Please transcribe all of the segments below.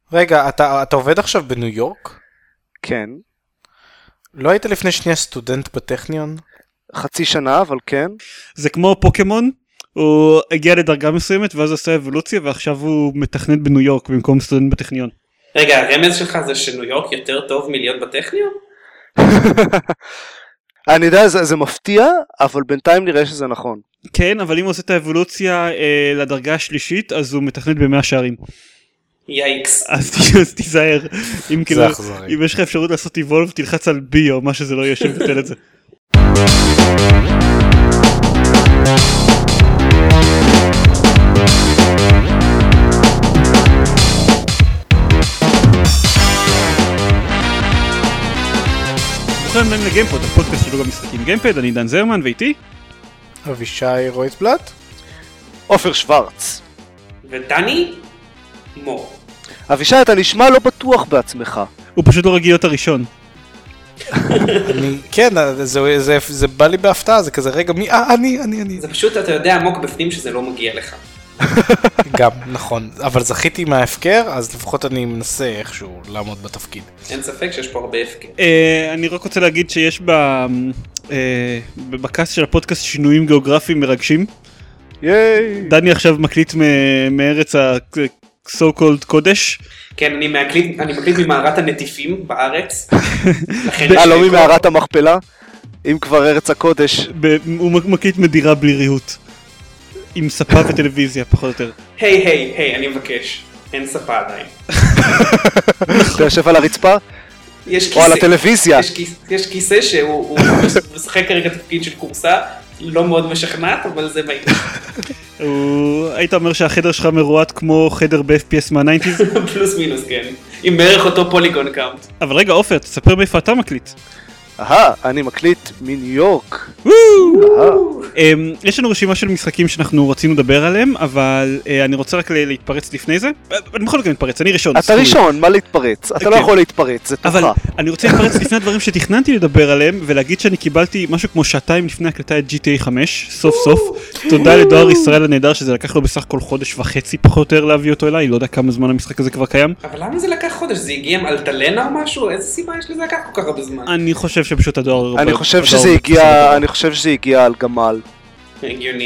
רגע, אתה עובד עכשיו בניו יורק? כן. לא היית לפני שנייה סטודנט בטכניון? חצי שנה, אבל כן. זה כמו פוקמון, הוא הגיע לדרגה מסוימת ואז עושה אבולוציה ועכשיו הוא מתכנת בניו יורק במקום סטודנט בטכניון. רגע, הרמז שלך זה שניו יורק יותר טוב מלהיות בטכניון? אני יודע, זה מפתיע, אבל בינתיים נראה שזה נכון. כן, אבל אם הוא עושה את האבולוציה לדרגה השלישית, אז הוא מתכנת ב100 שערים. יאיקס. אז תיזהר. אם יש לך אפשרות לעשות איבולב, תלחץ על בי או מה שזה לא יהיה שבטל את זה. ברוכים הבאים לגיימפוד, הפודקאסט שלו במשחקים גיימפד, אני דן זרמן ואיתי אבישי רויצבלט, עופר שוורץ ודני מור. אבישי, אתה נשמע לא בטוח בעצמך. הוא פשוט לא רגיל להיות הראשון. כן, זה בא לי בהפתעה, זה כזה רגע, אני. זה פשוט, אתה יודע עמוק בפנים שזה לא מגיע לך. גם, נכון, אבל זכיתי מההפקר, אז לפחות אני מנסה איכשהו לעמוד בתפקיד. אין ספק שיש פה הרבה הפקר. אני רק רוצה להגיד שיש בקאסט של הפודקאסט שינויים גיאוגרפיים מרגשים. ייי! דני עכשיו מקליט מארץ ה-so called קודש. כן, אני מקליט ממערת הנטיפים בארץ. לא ממערת המכפלה? אם כבר ארץ הקודש. הוא מקליט מדירה בלי ריהוט. עם ספה וטלוויזיה, פחות או יותר. היי, אני מבקש. אין ספה עדיין. אתה יושב על הרצפה? או על הטלוויזיה? יש כיסא שהוא משחק כרגע תפקיד של קורסה, לא מאוד משכנעת, אבל זה מעניין. היית אומר שהחדר שלך מרועט כמו חדר ב-FPS מה-90s? פלוס מינוס, כן. עם בערך אותו פוליגון קאונט. אבל רגע, עופר, תספר מאיפה אתה מקליט. אני מקליט מניו יורק. יש לנו רשימה של משחקים שאנחנו רצינו לדבר עליהם, אבל אני רוצה רק להתפרץ לפני זה. אני בכל זאת מתפרץ, אני ראשון. אתה ראשון, מה להתפרץ? אתה לא יכול להתפרץ, זה תורך. אבל אני רוצה להתפרץ לפני הדברים שתכננתי לדבר עליהם, ולהגיד שאני קיבלתי משהו כמו שעתיים לפני הקלטה את GTA 5, סוף סוף. תודה לדואר ישראל הנהדר שזה לקח לו בסך הכל חודש וחצי פחות או יותר להביא אותו אליי, לא יודע כמה זמן המשחק הזה כבר קיים. אבל למה זה לקח חודש? זה הגיע עם אלטלנה או משהו? איזה סיבה יש לזה לקח כל כך הרבה זמן? אני חושב שפשוט הדואר... אני חושב שזה הגיע על גמל. הגיוני.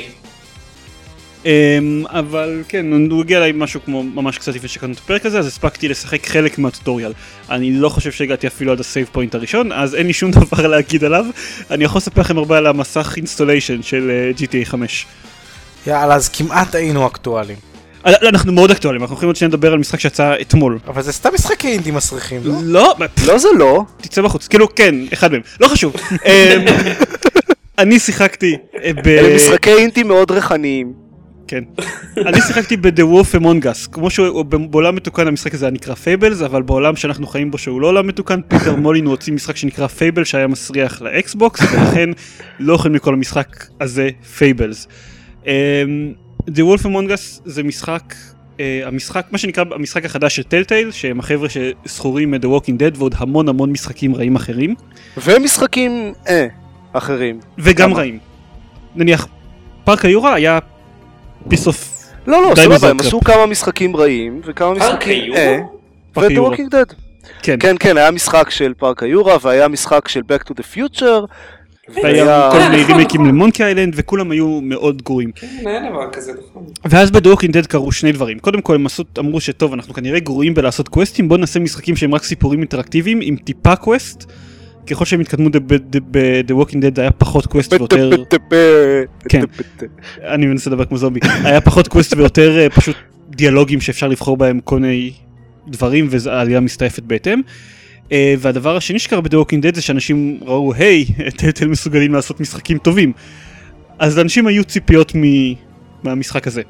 אבל כן, הוא הגיע אליי משהו כמו ממש קצת לפני שקראנו את הפרק הזה, אז הספקתי לשחק חלק מהטוטוריאל. אני לא חושב שהגעתי אפילו עד הסייב פוינט הראשון, אז אין לי שום דבר להגיד עליו. אני יכול לספר לכם הרבה על המסך אינסטוליישן של GTA 5. יאללה, אז כמעט היינו אקטואלים. אנחנו מאוד אקטואלים, אנחנו יכולים עוד שניה לדבר על משחק שיצא אתמול. אבל זה סתם משחקי אינדי מסריחים, לא? לא, זה לא. תצא בחוץ, כאילו כן, אחד מהם, לא חשוב. אני שיחקתי אלה משחקי אינדי מאוד ריחניים. כן. אני שיחקתי ב-The Wolf Among Us, כמו שבעולם מתוקן המשחק הזה נקרא Fables, אבל בעולם שאנחנו חיים בו שהוא לא עולם מתוקן, פיטר מולין הוא הוציא משחק שנקרא Fable שהיה מסריח לאקסבוקס, ולכן לא יכולים לקרוא למשחק הזה Fables. The Wolf Among Us זה משחק, מה שנקרא המשחק החדש של טלטייל, שהם החבר'ה שזכורים The Walking Dead ועוד המון משחקים רעים אחרים. ומשחקים אחרים. וגם רעים. נניח, פארק היורה היה בסוף... לא, סבבה, הם עשו כמה משחקים רעים וכמה משחקים... ו-The Walking Dead. כן, היה משחק של פארק היורה והיה משחק של Back to the Future. והיה כל מיני רימיקים למונקי איילנד וכולם היו מאוד גרועים. כן, היה דבר כזה, נכון. ואז ב-The Walking Dead קרו שני דברים. קודם כל הם אמרו שטוב, אנחנו כנראה גרועים בלעשות קווסטים, בואו נעשה משחקים שהם רק סיפורים אינטראקטיביים עם טיפה קווסט. ככל שהם התקדמו ב-The Walking Dead היה פחות קווסט ויותר... כן, אני מנסה לדבר כמו זומבי. היה פחות קווסט ויותר פשוט דיאלוגים שאפשר לבחור בהם כל מיני דברים, והעלייה מסתעפת בהתאם. והדבר השני שקרה ב-The Walking Dead זה שאנשים ראו, היי, טלטייל מסוגלים לעשות משחקים טובים. אז לאנשים היו ציפיות מהמשחק הזה.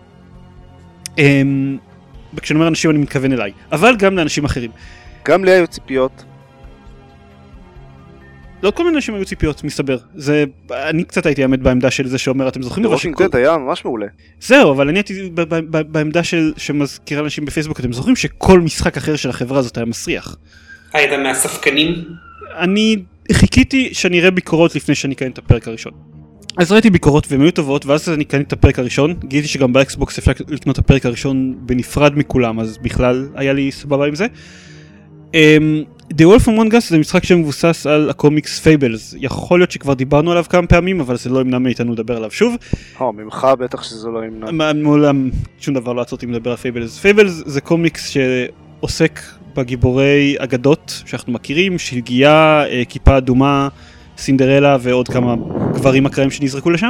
וכשאני אומר אנשים אני מתכוון אליי, אבל גם לאנשים אחרים. גם לי היו ציפיות. לא כל מיני אנשים היו ציפיות, מסתבר. אני קצת הייתי האמת בעמדה של זה שאומר, אתם זוכרים? The Walking Dead היה ממש מעולה. זהו, אבל אני הייתי בעמדה שמזכירה לאנשים בפייסבוק, אתם זוכרים שכל משחק אחר של החברה הזאת היה מסריח. היית מהספקנים? אני חיכיתי שאני אראה ביקורות לפני שאני אקיים את הפרק הראשון. אז ראיתי ביקורות והן היו טובות, ואז אני קניתי את הפרק הראשון, גיליתי שגם באקסבוקס אפשר לקנות את הפרק הראשון בנפרד מכולם, אז בכלל היה לי סבבה עם זה. The Wolf Among Us זה משחק שמבוסס על הקומיקס פייבלס, יכול להיות שכבר דיברנו עליו כמה פעמים, אבל זה לא ימנע מאיתנו לדבר עליו שוב. ממך בטח שזה לא ימנע. מעולם שום דבר לא עצור אותי מדבר על פייבלס. פייבלס זה קומיקס שעוסק בגיבורי אגדות שאנחנו מכירים, שלגיה, כיפה אדומה, סינדרלה ועוד כמה גברים אקראיים שנזרקו לשם,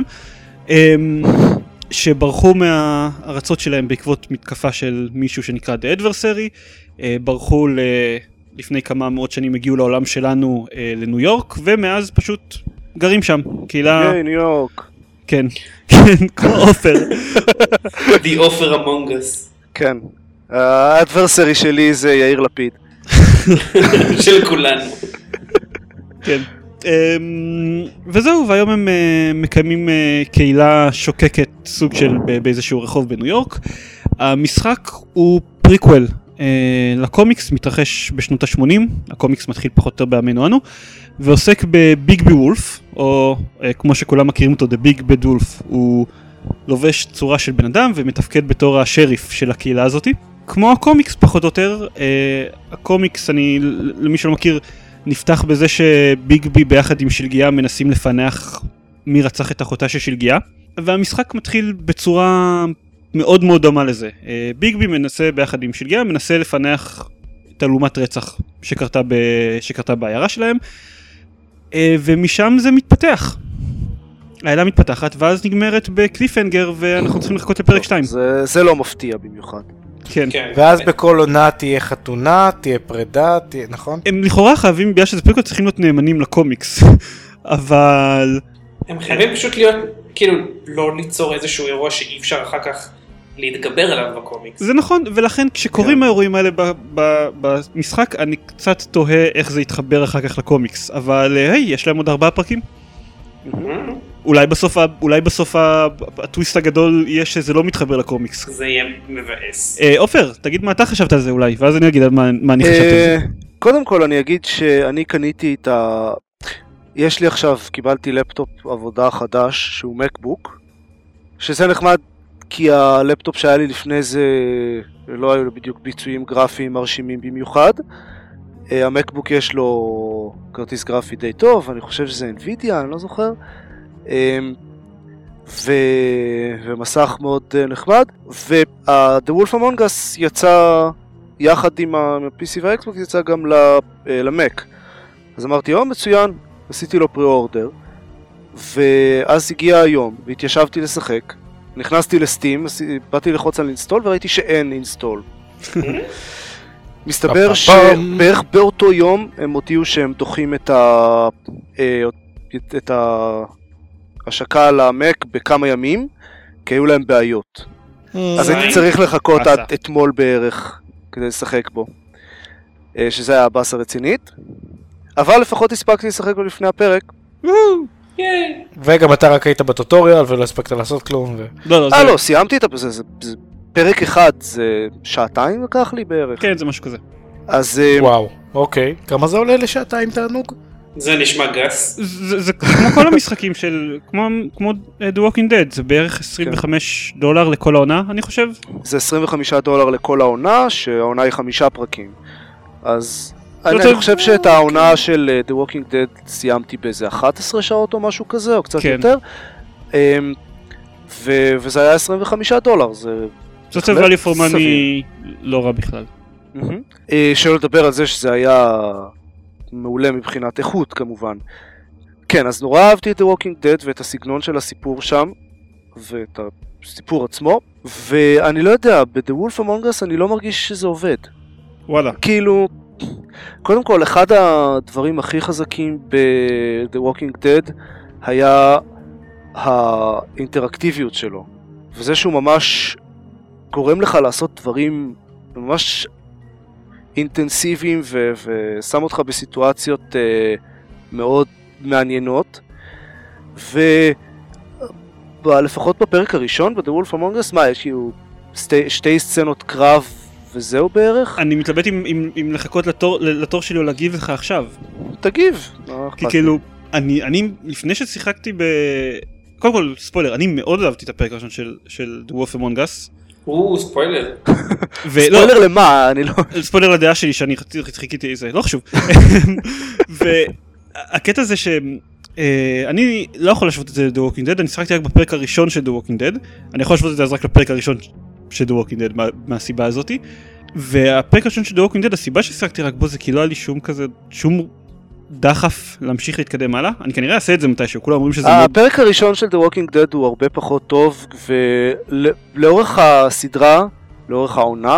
שברחו מהארצות שלהם בעקבות מתקפה של מישהו שנקרא The Adversary, ברחו לפני כמה מאות שנים, הגיעו לעולם שלנו לניו יורק, ומאז פשוט גרים שם, קהילה... ניו יורק. כן, כן, כמו אופר. The Offer Among Us. כן. האדברסרי שלי זה יאיר לפיד. של כולנו. כן. וזהו, והיום הם מקיימים קהילה שוקקת סוג של באיזשהו רחוב בניו יורק. המשחק הוא פריקוול לקומיקס, מתרחש בשנות ה-80, הקומיקס מתחיל פחות או יותר בימינו אנו, ועוסק בביגבי וולף, או כמו שכולם מכירים אותו, The Big Bad Wolf. הוא לובש צורה של בן אדם ומתפקד בתור השריף של הקהילה הזאת. כמו הקומיקס פחות או יותר, הקומיקס, למי שלא מכיר, נפתח בזה שביגבי ביחד עם שלגיה מנסים לפענח מי רצח את אחותה של שלגיה, והמשחק מתחיל בצורה מאוד מאוד דומה לזה. ביגבי מנסה ביחד עם שלגיה, מנסה לפענח תעלומת רצח שקרתה בעיירה שלהם, ומשם זה מתפתח. העילה מתפתחת, ואז נגמרת בקליפהנגר, ואנחנו צריכים לחכות לפרק 2. זה לא מפתיע במיוחד. כן. ואז בכל עונה תהיה חתונה, תהיה פרידה, נכון? הם לכאורה חייבים, בגלל שזה פריקוול, צריכים להיות נאמנים לקומיקס. אבל... הם חייבים פשוט להיות, כאילו, לא ליצור איזשהו אירוע שאי אפשר אחר כך להתגבר עליו בקומיקס. זה נכון, ולכן כשקוראים האירועים האלה במשחק, אני קצת תוהה איך זה יתחבר אחר כך לקומיקס. אבל היי, יש להם עוד 4 פרקים. אולי בסוף הטוויסט הגדול יהיה שזה לא מתחבר לקומיקס. זה יהיה מבאס. אופר, תגיד מה אתה חשבת על זה אולי, ואז אני אגיד מה אני חשבתי על זה. קודם כל אני אגיד שאני קניתי את יש לי עכשיו, קיבלתי לפטופ עבודה חדש שהוא מקבוק, שזה נחמד כי הלפטופ שהיה לי לפני זה לא היו לו בדיוק ביצועים גרפיים מרשימים במיוחד. המקבוק יש לו כרטיס גרפי די טוב, אני חושב שזה NVIDIA, אני לא זוכר. ומסך מאוד נחמד, The Wolf Among Us יצא יחד עם ה-PC והאקסבוקס, יצא גם למק. אז אמרתי, מצוין, עשיתי לו פרי-אורדר, ואז הגיע היום, והתיישבתי לשחק, נכנסתי לסטים, באתי לחוץ על אינסטול, וראיתי שאין אינסטול. מסתבר שבערך באותו יום הם הודיעו שהם דוחים את ההשקה על המק בכמה ימים, כי היו להם בעיות. אז הייתי צריך לחכות עד אתמול בערך כדי לשחק בו, שזה היה הבאסה רצינית, אבל לפחות הספקתי לשחק בו לפני הפרק. וגם אתה רק היית בטוטוריאל ולא הספקת לעשות כלום. לא, סיימתי את זה. פרק אחד זה 2 שעתיים לקח לי בערך. כן, זה משהו כזה. אז... וואו, אוקיי. כמה זה עולה לשעתיים תענוג? זה נשמע גס. זה כמו כל המשחקים של... כמו The Walking Dead, זה בערך $25 לכל העונה, אני חושב. זה $25 לכל העונה, שהעונה היא 5 פרקים. אז... אני חושב שאת העונה של The Walking Dead סיימתי באיזה 11 שעות או משהו כזה, או קצת יותר. וזה היה $25, זה... זאת value for money לא רע בכלל. שלא לדבר על זה שזה היה מעולה מבחינת איכות כמובן. כן, אז נורא אהבתי את The Walking Dead ואת הסגנון של הסיפור שם, ואת הסיפור עצמו, ואני לא יודע, ב-The Wolf Among Us אני לא מרגיש שזה עובד. וואלה. כאילו, קודם כל, אחד הדברים הכי חזקים ב-The Walking Dead היה האינטראקטיביות שלו, וזה שהוא ממש גורם לך לעשות דברים ממש אינטנסיביים ושם אותך בסיטואציות מאוד מעניינות, ולפחות בפרק הראשון ב-The Wolf Among Us, מה, יש כאילו 2 סצנות קרב וזהו בערך? אני מתלבט אם לחכות לתור שלי או להגיב לך עכשיו. תגיב. כי כאילו, אני לפני ששיחקתי קודם כל ספוילר, אני מאוד אהבתי את הפרק הראשון של The Wolf Among Us. ספוילר. ספוילר למה? אני לא... ספוילר לדעה שלי שאני חיכיתי איזה, לא חשוב. והקטע זה שאני לא יכול לשוות את זה ל-The Walking Dead, אני שחקתי רק בפרק הראשון של The Walking Dead, אני יכול לשוות את זה אז רק לפרק הראשון של The Walking Dead מהסיבה הזאת, והפרק הראשון של The Walking Dead, הסיבה ששחקתי רק בו זה כי לא היה לי שום דחף להמשיך להתקדם הלאה, אני כנראה אעשה את זה מתישהו, כולם אומרים שזה... הפרק הראשון של The Walking Dead הוא הרבה פחות טוב, ולאורך הסדרה, לאורך העונה,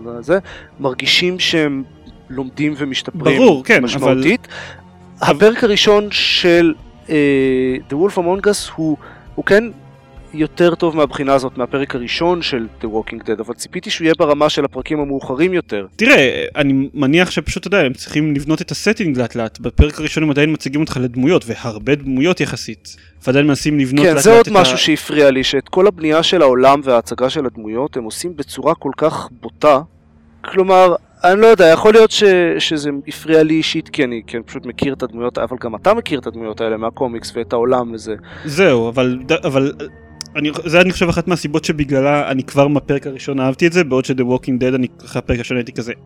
מרגישים שהם לומדים ומשתפרים משמעותית. הפרק הראשון של The Wolf Among Us הוא כן יותר טוב מהבחינה הזאת מהפרק הראשון של The Walking Dead, אבל ציפיתי שהוא יהיה ברמה של הפרקים המאוחרים יותר. תראה, אני מניח שפשוט, אתה יודע, הם צריכים לבנות את הסטינג לאט לאט. בפרק הראשון הם עדיין מציגים אותך לדמויות, והרבה דמויות יחסית. ועדיין מנסים לבנות כן, זה עוד משהו שהפריע לי, שאת כל הבנייה של העולם וההצגה של הדמויות הם עושים בצורה כל כך בוטה. כלומר, אני לא יודע, יכול להיות שזה הפריע לי אישית, כי אני פשוט מכיר את הדמויות, אבל גם אתה מכיר את הדמויות האלה מהקומיקס ואת העולם וזה. זהו, אבל זה אני חושב אחת מהסיבות שבגללה אני כבר מהפרק הראשון אהבתי את זה, בעוד ש-The Walking Dead אני אחרי הפרק הראשון הייתי כזה,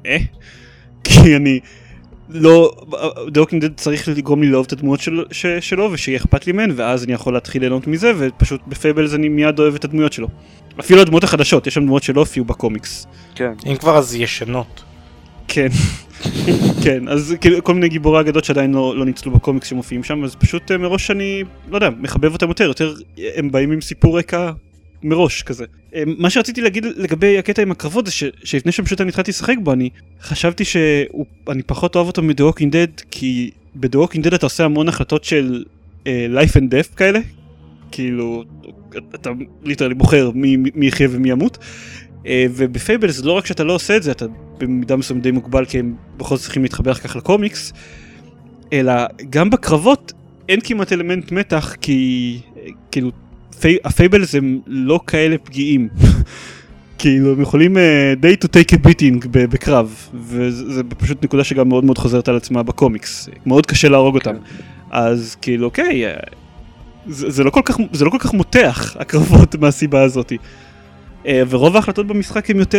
כי אני לא, The Walking Dead צריך לגרום לי לאהוב את הדמויות שלו ושיהיה אכפת לי מהן, ואז אני יכול להתחיל ליהנות מזה, ופשוט בפייבלס אני מיד אוהב את הדמויות שלו. אפילו הדמויות החדשות, יש שם דמויות שלא הופיעו בקומיקס. כן. אם כבר אז ישנות. כן. כן, אז כל מיני גיבורי אגדות שעדיין לא ניצלו בקומיקס שמופיעים שם, אז פשוט מראש אני, לא יודע, מחבב אותם יותר הם באים עם סיפור רקע מראש כזה. מה שרציתי להגיד לגבי הקטע עם הקרבות זה שלפני שפשוט אני התחלתי לשחק בו, אני חשבתי שאני פחות אוהב אותו מ-The Walking Dead, כי ב-The Walking Dead אתה עושה המון החלטות של life and death כאלה, כאילו, אתה ליטרלי בוחר מי יחיה ומי ימות, ובפייבלס לא רק שאתה לא עושה את זה, אתה במידה מסוים די מוגבל כי הם בכל זאת צריכים להתחבר כך לקומיקס, אלא גם בקרבות אין כמעט אלמנט מתח, כי כאילו הפייבלס הם לא כאלה פגיעים. כאילו הם יכולים day to take a beating בקרב, וזה פשוט נקודה שגם מאוד מאוד חוזרת על עצמה בקומיקס, מאוד קשה להרוג אותם. אז כאילו אוקיי, זה לא כל כך מותח הקרבות מהסיבה הזאת. ורוב ההחלטות במשחק הם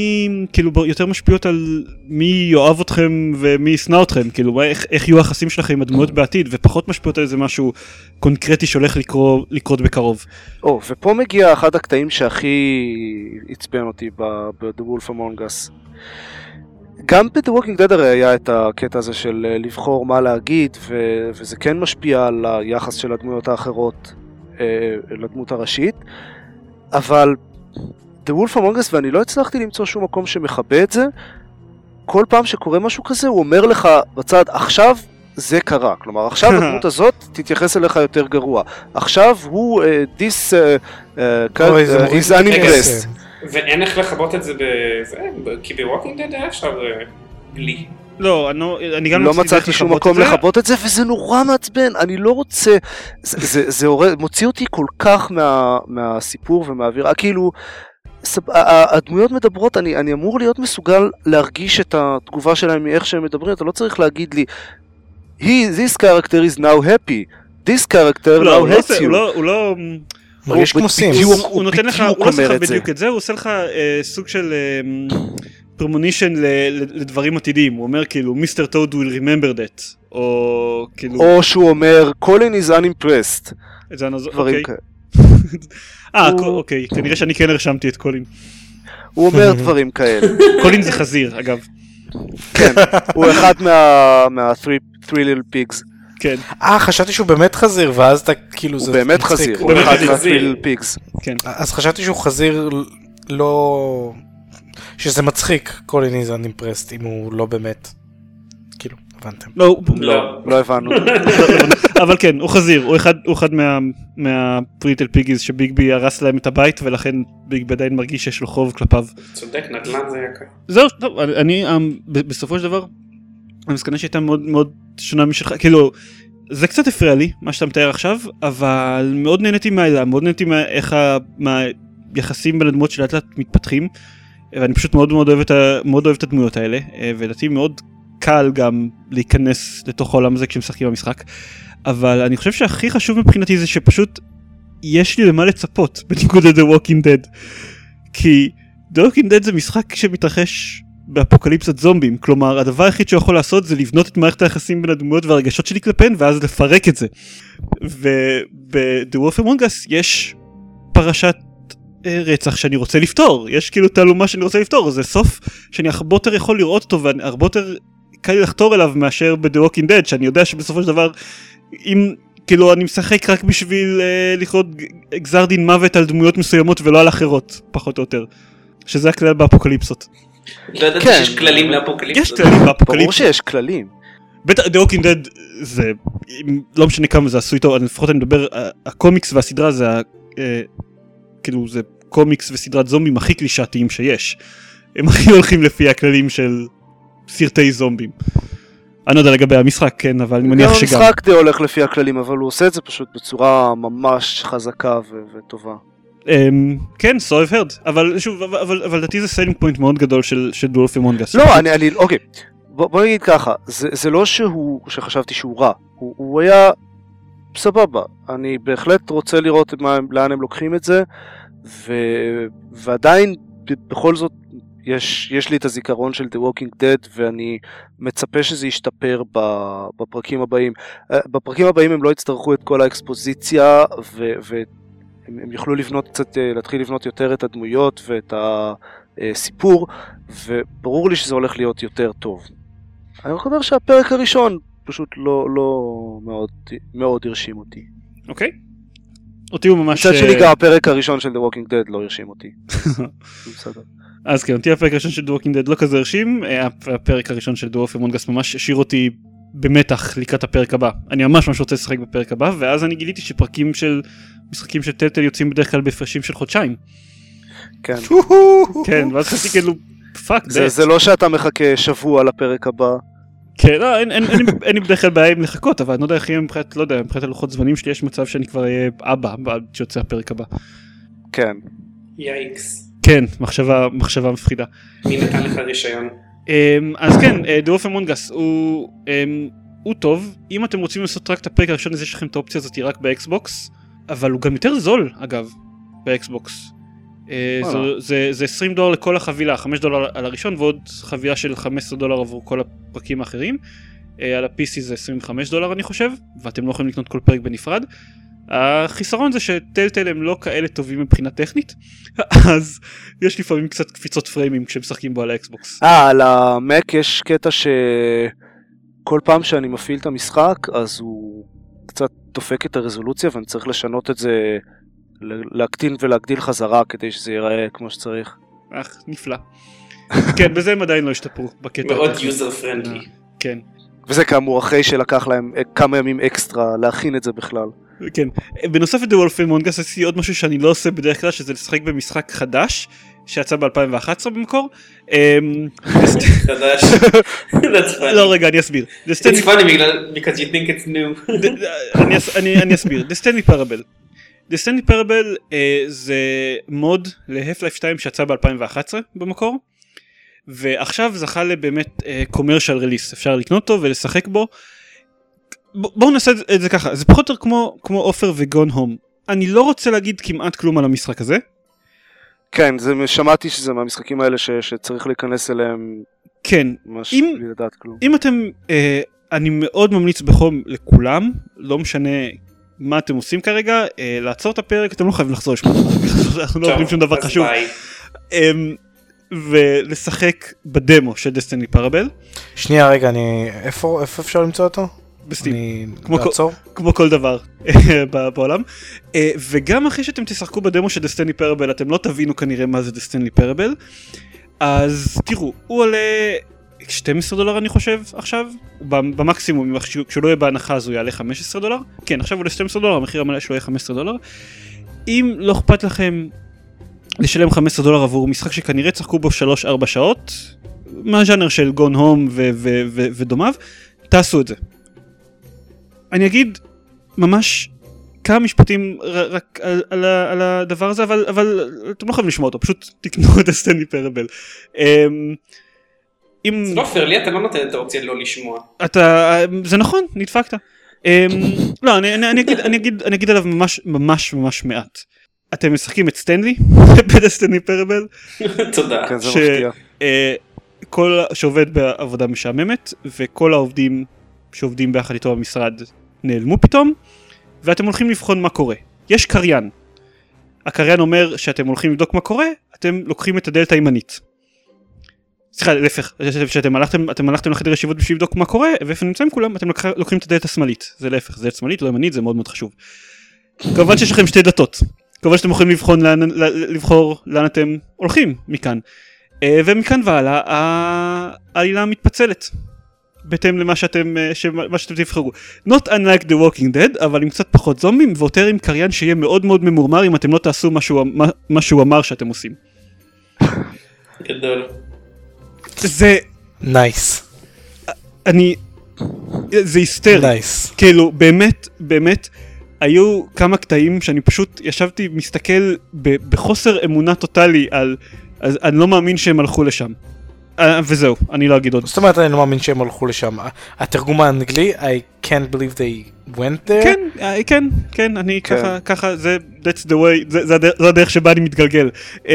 יותר משפיעות על מי יאהב אתכם ומי ישנא אתכם, כאילו איך יהיו היחסים שלכם עם הדמויות בעתיד, ופחות משפיעות על איזה משהו קונקרטי שהולך לקרות בקרוב. ופה מגיע אחד הקטעים שהכי עצבן אותי ב-The Wolf Among Us. גם ב-The Walking Dead הרי היה את הקטע הזה של לבחור מה להגיד, וזה כן משפיע על היחס של הדמויות האחרות לדמות הראשית, אבל The Wolf Among Us, ואני לא הצלחתי למצוא שום מקום שמחבא את זה, כל פעם שקורה משהו כזה הוא אומר לך בצד, עכשיו זה קרה, כלומר עכשיו הדמות הזאת תתייחס אליך יותר גרוע, עכשיו הוא this is unimpressed. ואין איך לחבות את זה בזה, כי ב-Walking Dead היה אפשר בלי. לא, אני גם לא מצאתי שום מקום לחבות את זה, וזה נורא מעצבן, אני לא רוצה, זה מוציא אותי כל כך מהסיפור ומהאווירה, כאילו, הדמויות מדברות, אני אמור להיות מסוגל להרגיש את התגובה שלהם מאיך שהם מדברים, אתה לא צריך להגיד לי, this character is now happy, this character now hates you. הוא לא... מרגיש כמו סימס. הוא נותן לך, הוא לא עושה לך בדיוק את זה, הוא עושה לך סוג של פרמונישן לדברים עתידיים, הוא אומר כאילו, Mr. Toad will remember that, או כאילו... או שהוא אומר, Colin is unimpressed. דברים כאלה. אוקיי, כנראה שאני כן הרשמתי את קולין. הוא אומר דברים כאלה. קולין זה חזיר, אגב. כן, הוא אחד מה-3 little pigs. כן. חשבתי שהוא באמת חזיר, ואז אתה כאילו... הוא באמת חזיר, הוא אחד מה-3 little pigs. כן. אז חשבתי שהוא חזיר לא... שזה מצחיק, קולין איז אנימפרסט, אם הוא לא באמת... כאילו, הבנתם. לא הבנו. אבל כן, הוא חזיר, הוא אחד מהפריטל פיגיז שביגבי הרס להם את הבית, ולכן ביגבי עדיין מרגיש שיש לו חוב כלפיו. צודק, נדל"ן זה יקר. זהו, טוב, אני בסופו של דבר, המסקנה שהייתה מאוד מאוד שונה משלך, כאילו, זה קצת הפריע לי, מה שאתה מתאר עכשיו, אבל מאוד נהניתי מהעילה, מאוד נהניתי מהיחסים בין הדמות שלאט לאט מתפתחים, ואני פשוט מאוד מאוד אוהב את הדמויות האלה, ולדעתי מאוד קל גם להיכנס לתוך העולם הזה כשמשחקים במשחק, אבל אני חושב שהכי חשוב מבחינתי זה שפשוט יש לי למה לצפות בניגוד ל-The Walking Dead. כי The Walking Dead זה משחק שמתרחש באפוקליפסת זומבים, כלומר הדבר היחיד שהוא יכול לעשות זה לבנות את מערכת היחסים בין הדמויות והרגשות שלי כלפיהן ואז לפרק את זה. וב-The Wolf Among Us יש פרשת רצח שאני רוצה לפתור, יש כאילו תעלומה שאני רוצה לפתור, זה סוף שאני הרבה יותר יכול לראות אותו והרבה יותר קל לי לחתור אליו מאשר ב-The Walking Dead, שאני יודע שבסופו של דבר אם כאילו אני משחק רק בשביל לכרות גזר דין מוות על דמויות מסוימות ולא על אחרות, פחות או יותר, שזה הכלל באפוקליפסות. לא ידעתי שיש כללים לאפוקליפסות. יש כללים באפוקליפסות. ברור שיש כללים. בטח, The Walking Dead זה, לא משנה כמה זה עשו איתו, לפחות אני מדבר, הקומיקס והסדרה זה, כאילו זה קומיקס וסדרת זומבים הכי קלישאתיים שיש. הם הכי הולכים לפי הכללים של סרטי זומבים. אני לא יודע לגבי המשחק, כן, אבל אני מניח שגם... המשחק די הולך לפי הכללים, אבל הוא עושה את זה פשוט בצורה ממש חזקה וטובה. כן, so I've heard, אבל שוב, אבל לדעתי זה selling point מאוד גדול של The Wolf Among Us. לא, אוקיי, בוא נגיד ככה, זה לא שחשבתי שהוא רע, הוא היה סבבה, אני בהחלט רוצה לראות לאן הם לוקחים את זה, ועדיין בכל זאת יש לי את הזיכרון של The Walking Dead ואני מצפה שזה ישתפר בפרקים הבאים. בפרקים הבאים הם לא יצטרכו את כל האקספוזיציה והם יוכלו לבנות קצת, להתחיל לבנות יותר את הדמויות ואת הסיפור, וברור לי שזה הולך להיות יותר טוב. אני רק אומר שהפרק הראשון פשוט לא מאוד הרשים אותי. אוקיי. אותי הוא ממש... מצד שלי גם הפרק הראשון של The Walking Dead לא הרשים אותי. בסדר. אז כן, אותי הפרק הראשון של The Walking Dead לא כזה הרשים, הפרק הראשון של The Wolf Among Us ממש השאיר אותי במתח לקראת הפרק הבא. אני ממש רוצה לשחק בפרק הבא, ואז אני גיליתי שפרקים של משחקים של טלטל יוצאים בדרך כלל בהפרשים של חודשיים. כן. כן, ואז חשבתי כאילו, פאק, זה לא שאתה מחכה שבוע לפרק הבא. כן, לא, אין לי בדרך כלל בעיה עם לחכות, אבל אני לא יודע איך יהיה מבחינת, לא יודע, מבחינת הלוחות זמנים שלי יש מצב שאני כבר אהיה אבא, עד שיוצא הפרק הבא. כן. יאיקס. כן, מחשבה מפחידה. מי נתן לך רישיון? אז כן, The Wolf Among Us הוא טוב, אם אתם רוצים לעשות רק את הפרק הראשון, אז יש לכם את האופציה הזאת רק באקסבוקס, אבל הוא גם יותר זול, אגב, באקסבוקס. זה $20 לכל החבילה, $5 על הראשון, ועוד חבילה של $15 עבור כל הפרקים האחרים. על ה-PC זה $25 אני חושב, ואתם לא יכולים לקנות כל פרק בנפרד. החיסרון זה שטלטל הם לא כאלה טובים מבחינה טכנית, אז יש לפעמים קצת קפיצות פריימים כשמשחקים בו על האקסבוקס. על המק יש קטע שכל פעם שאני מפעיל את המשחק, אז הוא קצת דופק את הרזולוציה, ואני צריך לשנות את זה, להקטין ולהגדיל חזרה, כדי שזה ייראה כמו שצריך. נפלא. כן, בזה הם עדיין לא השתפרו. מאוד יוזר פרנדלי. כן. וזה כאמור אחרי שלקח להם כמה ימים אקסטרה להכין את זה בכלל. כן, בנוסף ל-The Wolf Among Us עשיתי עוד משהו שאני לא עושה בדרך כלל, שזה לשחק במשחק חדש שיצא ב-2011 במקור. חדש. לא רגע, אני אסביר. It's funny because you think it's new. אני אסביר. The Stanley Parable. The Stanley Parable זה מוד ל-Half-Life 2 שיצא ב-2011 במקור, ועכשיו זכה לבאמת commercial release, אפשר לקנות אותו ולשחק בו. בואו נעשה את זה ככה, זה פחות או יותר כמו אופר וגון הום. אני לא רוצה להגיד כמעט כלום על המשחק הזה. כן, שמעתי שזה מהמשחקים האלה שצריך להיכנס אליהם. כן, אם אתם, אני מאוד ממליץ בחום לכולם, לא משנה מה אתם עושים כרגע, לעצור את הפרק, אתם לא חייבים לחזור לשמוע, אנחנו לא אומרים שום דבר חשוב. ולשחק בדמו של Destiny Parable. שנייה רגע, איפה אפשר למצוא אותו? בסטים, כמו כל דבר בעולם. וגם אחרי שאתם תשחקו בדמו של Destiny Parable, אתם לא תבינו כנראה מה זה Destiny Parable. אז תראו, הוא עולה $12 אני חושב עכשיו, במקסימום, כשהוא לא יהיה בהנחה אז הוא יעלה $15. כן, עכשיו הוא $12, המחיר המלא שלו יהיה $15. אם לא אכפת לכם לשלם $15 עבור משחק שכנראה צחקו בו 3-4 שעות, מהז'אנר של גון הום ודומיו, תעשו את זה. אני אגיד ממש כמה משפטים רק על הדבר הזה, אבל אתם לא חייבים לשמוע אותו, פשוט תקנו את Destiny Parable. זה לא פייר לי, אתה לא נותן את האופציה לא לשמוע. זה נכון, נדפקת. לא, אני אגיד עליו ממש מעט. אתם משחקים את סטנלי בדסטיני פרבל. תודה. כן, זה מפתיע. שעובד בעבודה משעממת, וכל העובדים שעובדים ביחד איתו במשרד נעלמו פתאום, ואתם הולכים לבחון מה קורה. יש קריין. הקריין אומר שאתם הולכים לבדוק מה קורה, אתם לוקחים את הדלת הימנית. סליחה, להפך, שאתם הלכתם לחדר ישיבות בשביל לבדוק מה קורה, ואיפה נמצאים כולם, אתם לוקחים את הדלת השמאלית. זה להפך, דלת שמאלית, לא ימנית, זה מאוד מאוד חשוב. כמובן שיש לכם שתי דלתות. כמובן שאתם יכולים לבחור לאן אתם הולכים מכאן. ומכאן והלאה, העלילה מתפצלת. בהתאם למה שאתם תבחרו. Not unlike The Walking Dead, אבל עם קצת פחות זומבים, ויותר עם קריין שיהיה מאוד מאוד ממורמר, אם אתם לא תעשו מה שהוא אמר שאתם עושים. גדול. זה... נייס. זה היסטרי. נייס. כאילו, באמת, היו כמה קטעים שאני פשוט ישבתי, מסתכל בחוסר אמונה טוטלי על... אז אני לא מאמין שהם הלכו לשם. וזהו, אני לא אגיד עוד. זאת אומרת, אני לא מאמין שהם הלכו לשם. התרגום האנגלי, I can't believe they went there. כן, אני ככה, that's the way, זה הדרך שבה אני מתגלגל.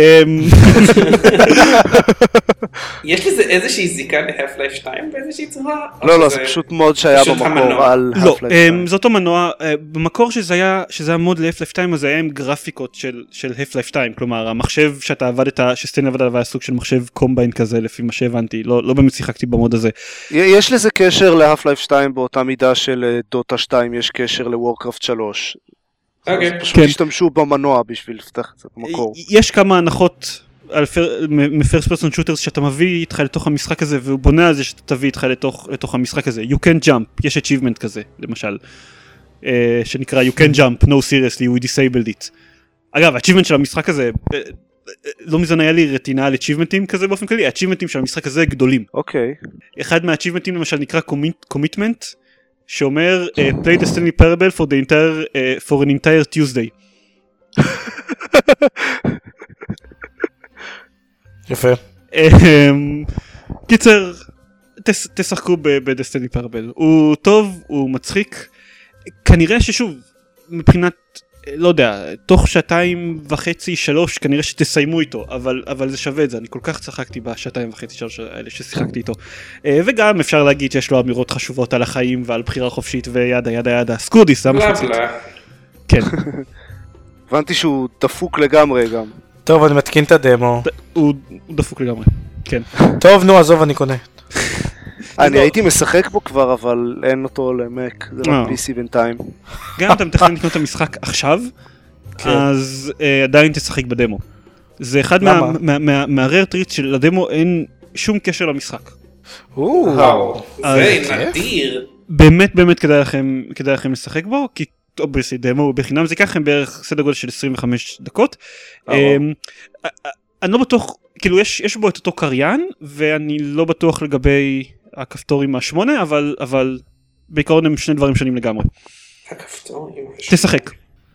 יש לזה איזושהי זיקה ל-Half-Life 2 באיזושהי צורה? לא, זה פשוט מוד שהיה במקור על לא, Half-Life 2. זה אותו מנוע, במקור שזה היה מוד ל-Half-Life 2, אז זה היה עם גרפיקות של Half-Life 2, כלומר, המחשב שאתה עבדת, שסטן עבד עליו היה סוג של מחשב קומביין כזה, לפי מה שהבנתי, לא באמת שיחקתי במוד הזה. יש לזה קשר ל-Half-Life 2 באותה מידה של דוטה 2 יש קשר ל-Warcraft 3. פשוט השתמשו במנוע בשביל לפתח את המקור. יש כמה הנחות מפרסט פרסון שוטרס שאתה מביא איתך לתוך המשחק הזה, והוא בונה על זה שאתה תביא איתך לתוך המשחק הזה. You can jump, יש achievement כזה, למשל, שנקרא You can jump, no seriously, we disabled it. אגב, ה-achievement של המשחק הזה, לא מזמן היה לי רטינה על achievementים כזה באופן כללי, ה-achievementים של המשחק הזה גדולים. אוקיי. אחד מה-achievementים למשל נקרא commitment, שאומר play the Stanley Parable for an entire Tuesday. יפה. קיצר, תשחקו בדסטיני פרבל. הוא טוב, הוא מצחיק. כנראה ששוב, מבחינת, לא יודע, תוך 2.5-3 כנראה שתסיימו איתו, אבל זה שווה את זה. אני כל כך צחקתי ב2.5-3 האלה ששיחקתי איתו. וגם אפשר להגיד שיש לו אמירות חשובות על החיים ועל בחירה חופשית וידה ידה ידה. סקורדיס, זה המחצית. כן. הבנתי שהוא דפוק לגמרי גם. טוב, אני מתקין את הדמו. הוא דפוק לגמרי, כן. טוב, נו, עזוב, אני קונה. אני הייתי משחק בו כבר, אבל אין אותו למק, זה לא PC בינתיים. גם אם אתה מתכנן לקנות את המשחק עכשיו, אז עדיין תשחק בדמו. זה אחד מהרר טריט של הדמו, אין שום קשר למשחק. וואו, זה נדיר. באמת כדאי לכם לשחק בו, כי אובייסלי דמו בחינם, זה ייקח לכם בערך סדר גודל של 25 דקות. אני לא בטוח, כאילו יש בו את אותו קריין, ואני לא בטוח לגבי הכפתורים ה8, אבל בעיקרון הם שני דברים שונים לגמרי. הכפתורים? תשחק.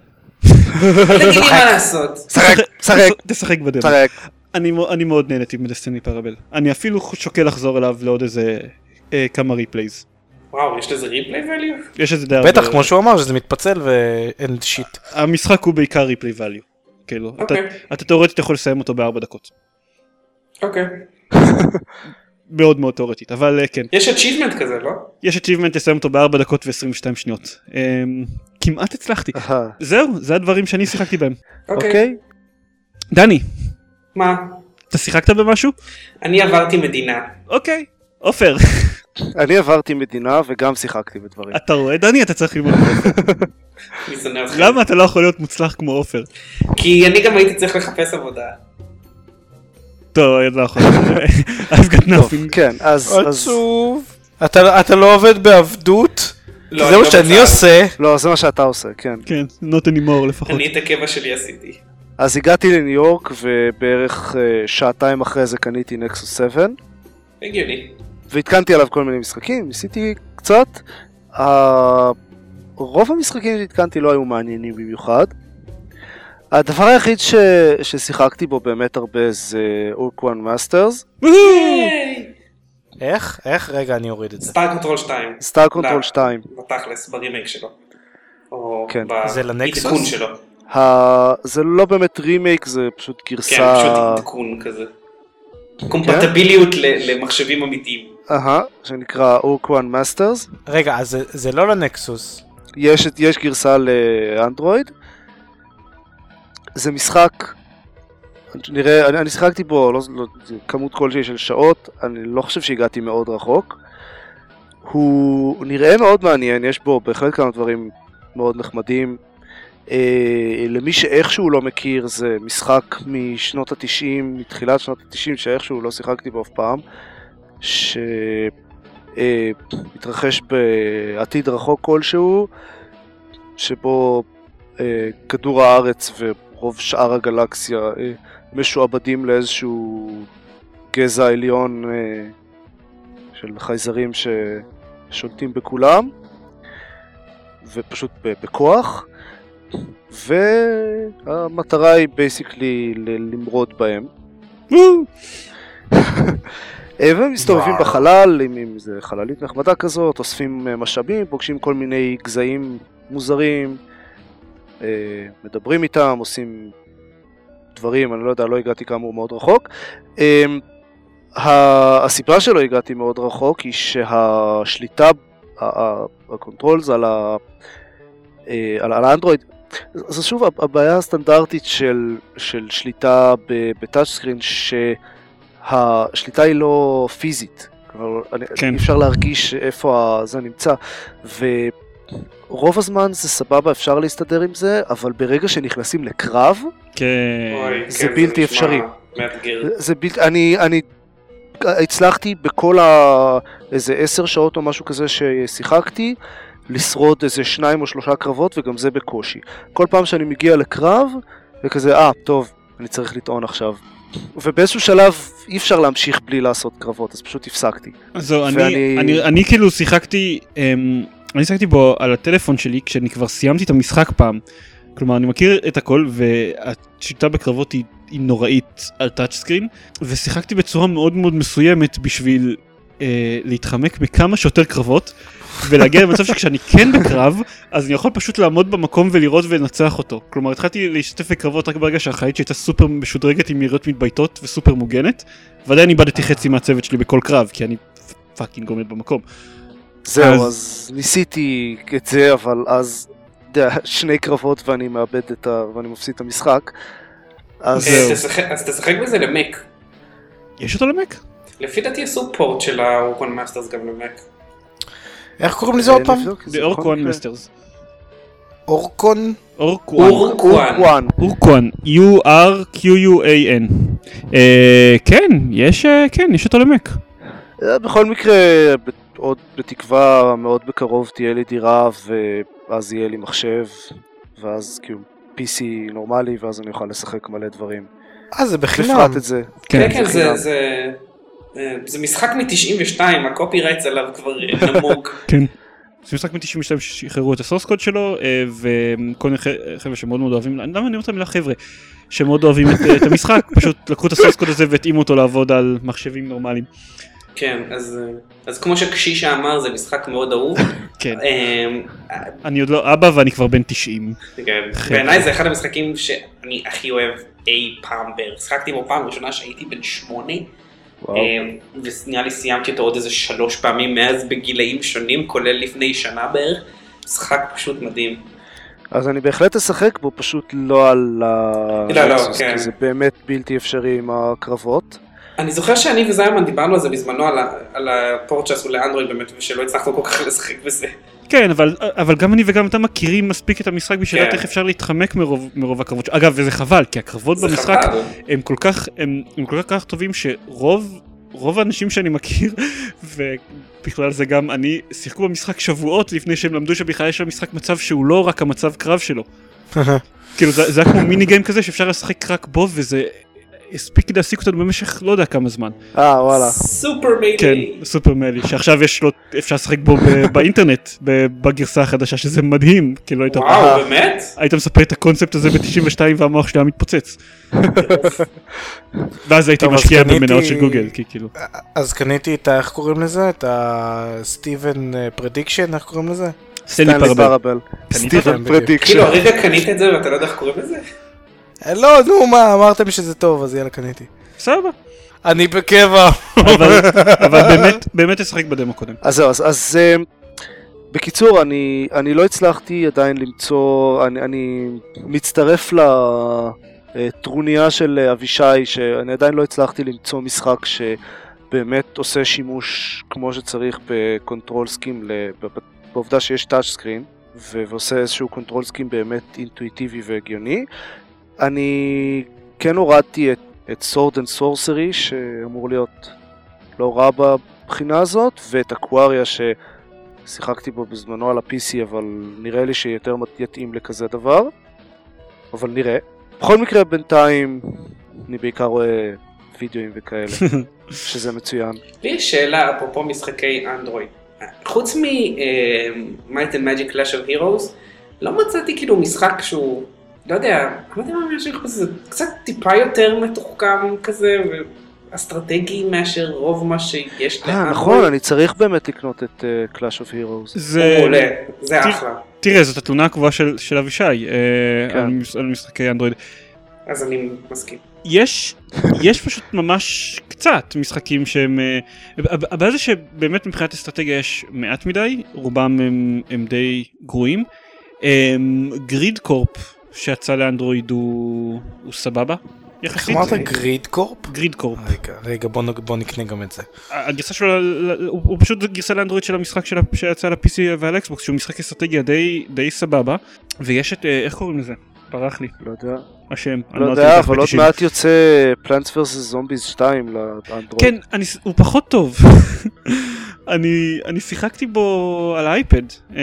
תגיד לי מה לעשות. תשחק בדמו. אני מאוד נהניתי מדסטיני פרבל. אני אפילו שוקל לחזור אליו לעוד איזה כמה ריפלייז. וואו, יש לזה ריפליי ואליו? יש איזה די הרבה. בטח, כמו שהוא אמר, שזה מתפצל ואין שיט. המשחק הוא בעיקר ריפליי ואליו. כאילו, אתה תיאורטית יכול לסיים אותו ב4 דקות. אוקיי. מאוד מאוד תיאורטית, אבל כן. יש achievement כזה, לא? יש achievement לסיים אותו ב4 דקות ו22 שניות. כמעט הצלחתי. זהו, זה הדברים שאני שיחקתי בהם. אוקיי. דני. מה? אתה שיחקת במשהו? אני עברתי מדינה. אוקיי. עופר. אני עברתי מדינה וגם שיחקתי בדברים. אתה רואה, דני, אתה צריך ללמוד עופר. למה אתה לא יכול להיות מוצלח כמו עופר? כי אני גם הייתי צריך לחפש עבודה. טוב, אני לא יכול. I've got nothing. כן, אז... עצוב. אתה לא עובד בעבדות? זה מה שאני עושה. לא, זה מה שאתה עושה, כן. כן, not anymore לפחות. אני את הקבע שלי עשיתי. אז הגעתי לניו יורק ובערך שעתיים אחרי זה קניתי נקסוס 7. הגיוני. והתקנתי עליו כל מיני משחקים, ניסיתי קצת. רוב המשחקים שהתקנתי לא היו מעניינים במיוחד. הדבר היחיד ששיחקתי בו באמת הרבה זה אורקוואן מאסטרס. איך? איך? רגע, אני אוריד את זה. סטאר קונטרול 2. סטאר קונטרול 2. בתכלס, ברימייק שלו. או כן. זה לנקסוס? בעדכון שלו. זה לא באמת רימייק, זה פשוט כן, גרסה... פשוט עדכון כזה. קומפטביליות למחשבים אמיתיים. שנקרא אורקוואן מאסטרס. רגע, אז זה לא לנקסוס. יש גרסה לאנדרואיד. זה משחק, נראה, אני שיחקתי בו כמות כלשהי של שעות, אני לא חושב שהגעתי מאוד רחוק. הוא נראה מאוד מעניין, יש בו בהחלט כמה דברים מאוד נחמדים. למי שאיכשהו לא מכיר, זה משחק משנות ה-90, מתחילת שנות ה-90, שאיכשהו לא שיחקתי בו אף פעם, שמתרחש בעתיד רחוק כלשהו, שבו כדור הארץ ורוב שאר הגלקסיה משועבדים לאיזשהו גזע עליון של חייזרים ששולטים בכולם, ופשוט בכוח. והמטרה היא בייסיקלי למרוד בהם. והם מסתובבים בחלל, עם איזה חללית נחמדה כזאת, אוספים משאבים, פוגשים כל מיני גזעים מוזרים, מדברים איתם, עושים דברים, אני לא יודע, לא הגעתי כאמור מאוד רחוק. הסיבה שלא הגעתי מאוד רחוק היא שהשליטה, הקונטרולס על האנדרואיד, זו שוב הבעיה הסטנדרטית של שליטה בטאצ' סקרין, שהשליטה היא לא פיזית, כן. אי אפשר להרגיש איפה זה נמצא, ורוב הזמן זה סבבה, אפשר להסתדר עם זה, אבל ברגע שנכנסים לקרב, כן. זה בלתי אפשרי. זה בלתי, אני הצלחתי בכל איזה 10 שעות או משהו כזה ששיחקתי, לשרוד איזה 2 או 3 קרבות, וגם זה בקושי. כל פעם שאני מגיע לקרב, וכזה, טוב, אני צריך לטעון עכשיו. ובאיזשהו שלב אי אפשר להמשיך בלי לעשות קרבות, אז פשוט הפסקתי. אז אני כאילו שיחקתי, אני שיחקתי בו על הטלפון שלי, כשאני כבר סיימתי את המשחק פעם. כלומר, אני מכיר את הכל, והשיטה בקרבות היא נוראית על טאצ' סקרין, ושיחקתי בצורה מאוד מאוד מסוימת בשביל להתחמק מכמה שיותר קרבות, ולהגיע למצב שכשאני כן בקרב, אז אני יכול פשוט לעמוד במקום ולראות ולנצח אותו. כלומר, התחלתי להשתתף בקרבות רק ברגע שהחיית שהייתה סופר משודרגת עם יריות מתבייתות וסופר מוגנת, ועדיין איבדתי חצי מהצוות שלי בכל קרב, כי אני פאקינג עומד במקום. זהו, אז ניסיתי את זה, אבל אז 2 קרבות ואני מאבד ואני מפסיד את המשחק. אז תשחק בזה למק. יש אותו למק? לפי דעתי עשו פורט של האורקוואן מאסטרס גם למק. איך קוראים לזה עוד פעם? The Orquan Masters. אורקון? אורקואן. אורקואן. U-R-Q-U-A-N. כן, יש אותו למק. בכל מקרה, עוד בתקווה מאוד בקרוב תהיה לי דירה, ואז יהיה לי מחשב, ואז כאילו PC נורמלי, ואז אני אוכל לשחק מלא דברים. זה בחינם. לפרט את זה. כן, זה משחק מ-92, הקופי רייטס עליו כבר נמוג. כן. זה משחק מ-92 ששחררו את הסורס קוד שלו, וכל מיני חבר'ה שמאוד מאוד אוהבים, אני אומר את המילה חבר'ה, שמאוד אוהבים את המשחק, פשוט לקחו את הסורס קוד הזה והתאימו אותו לעבוד על מחשבים נורמליים. כן, אז כמו שקשישה אמר, זה משחק מאוד אהוב. כן. אני עוד לא אבא ואני כבר בן 90. בעיניי זה אחד המשחקים שאני הכי אוהב אי פעם בערך. שחקתי בו פעם ראשונה שהייתי בן 8, ונראה לי סיימתי אותו עוד איזה 3 פעמים מאז בגילאים שונים, כולל לפני שנה בערך. משחק פשוט מדהים. אז אני בהחלט אשחק בו, פשוט לא על הנקסוס, כי זה באמת בלתי אפשרי עם הקרבות. אני זוכר שאני וזיימן דיברנו על זה בזמנו, על הפורט שעשו לאנדרואיד באמת, ושלא הצלחנו כל כך לשחק בזה. כן, אבל גם אני וגם אתה מכירים מספיק את המשחק בשביל לדעת איך אפשר להתחמק מרוב הקרבות. אגב, וזה חבל, כי הקרבות במשחק הם כל כך טובים שרוב האנשים שאני מכיר, ובכלל זה גם אני, שיחקו במשחק שבועות לפני שהם למדו שבכלל יש למשחק מצב שהוא לא רק המצב קרב שלו. כאילו זה היה כמו מיני גיים כזה שאפשר לשחק רק בו, וזה הספיק להעסיק אותנו במשך לא יודע כמה זמן. וואלה. סופר מיילי. כן, סופר מיילי, שעכשיו אפשר לשחק בו באינטרנט, בגרסה החדשה, שזה מדהים. וואו, באמת? היית מספר את הקונספט הזה ב-92 והמוח שלי היה מתפוצץ. ואז הייתי משקיע במניות של גוגל, כאילו. אז קניתי את, איך קוראים לזה? את הסטיבן פרדיקשן, איך קוראים לזה? סטנלי פרבל. סטיבן פרדיקשן. כאילו, הרגע קנית את זה ואתה לא יודע איך קוראים לזה? לא, נו מה, אמרתם שזה טוב, אז יאללה, קניתי. סבבה. אני בקבע. אבל באמת אשחק בדמו קודם. אז זהו, אז בקיצור, אני לא הצלחתי עדיין למצוא, אני מצטרף לטרוניה של אבישי, שאני עדיין לא הצלחתי למצוא משחק שבאמת עושה שימוש כמו שצריך בקונטרול סקים, בעובדה שיש טאצ' סקרין, ועושה איזשהו קונטרול סקים באמת אינטואיטיבי והגיוני. אני כן הורדתי את סורד אנד סורסרי, שאמור להיות לא רע בבחינה הזאת, ואת אקוואריה ששיחקתי בו בזמנו על ה-PC, אבל נראה לי שיותר יתאים לכזה דבר, אבל נראה. בכל מקרה בינתיים אני בעיקר רואה וידאוים וכאלה, שזה מצוין. לי יש שאלה אפרופו משחקי אנדרואיד. חוץ מ-Might and Magic Clash of Heroes, לא מצאתי כאילו משחק שהוא, לא יודע מה משהו כזה, קצת טיפה יותר מתוחכם כזה, ואסטרטגי מאשר רוב מה שיש לאנדרואיד. נכון, אני צריך באמת לקנות את Clash of Heroes. זה אחלה. תראה, זאת התלונה הקבועה של אבישי על משחקי אנדרואיד. אז אני מסכים. יש פשוט ממש קצת משחקים שהם, הבעיה זה שבאמת מבחינת אסטרטגיה יש מעט מדי, רובם הם די גרועים. גריד קורפ שיצא לאנדרואיד הוא סבבה. איך אמרת גריד קורפ? גריד קורפ. רגע בוא נקנה גם את זה. הגרסה שלו, הוא פשוט גרסה לאנדרואיד של המשחק שיצא ל-PC ועל אקסבוקס, שהוא משחק אסטרטגיה די סבבה. ויש את, איך קוראים לזה? ברח לי. לא יודע. השם. לא יודע, אבל עוד מעט יוצא Plants vs Zombies 2 לאנדרואיד. כן, הוא פחות טוב. אני שיחקתי בו על האייפד.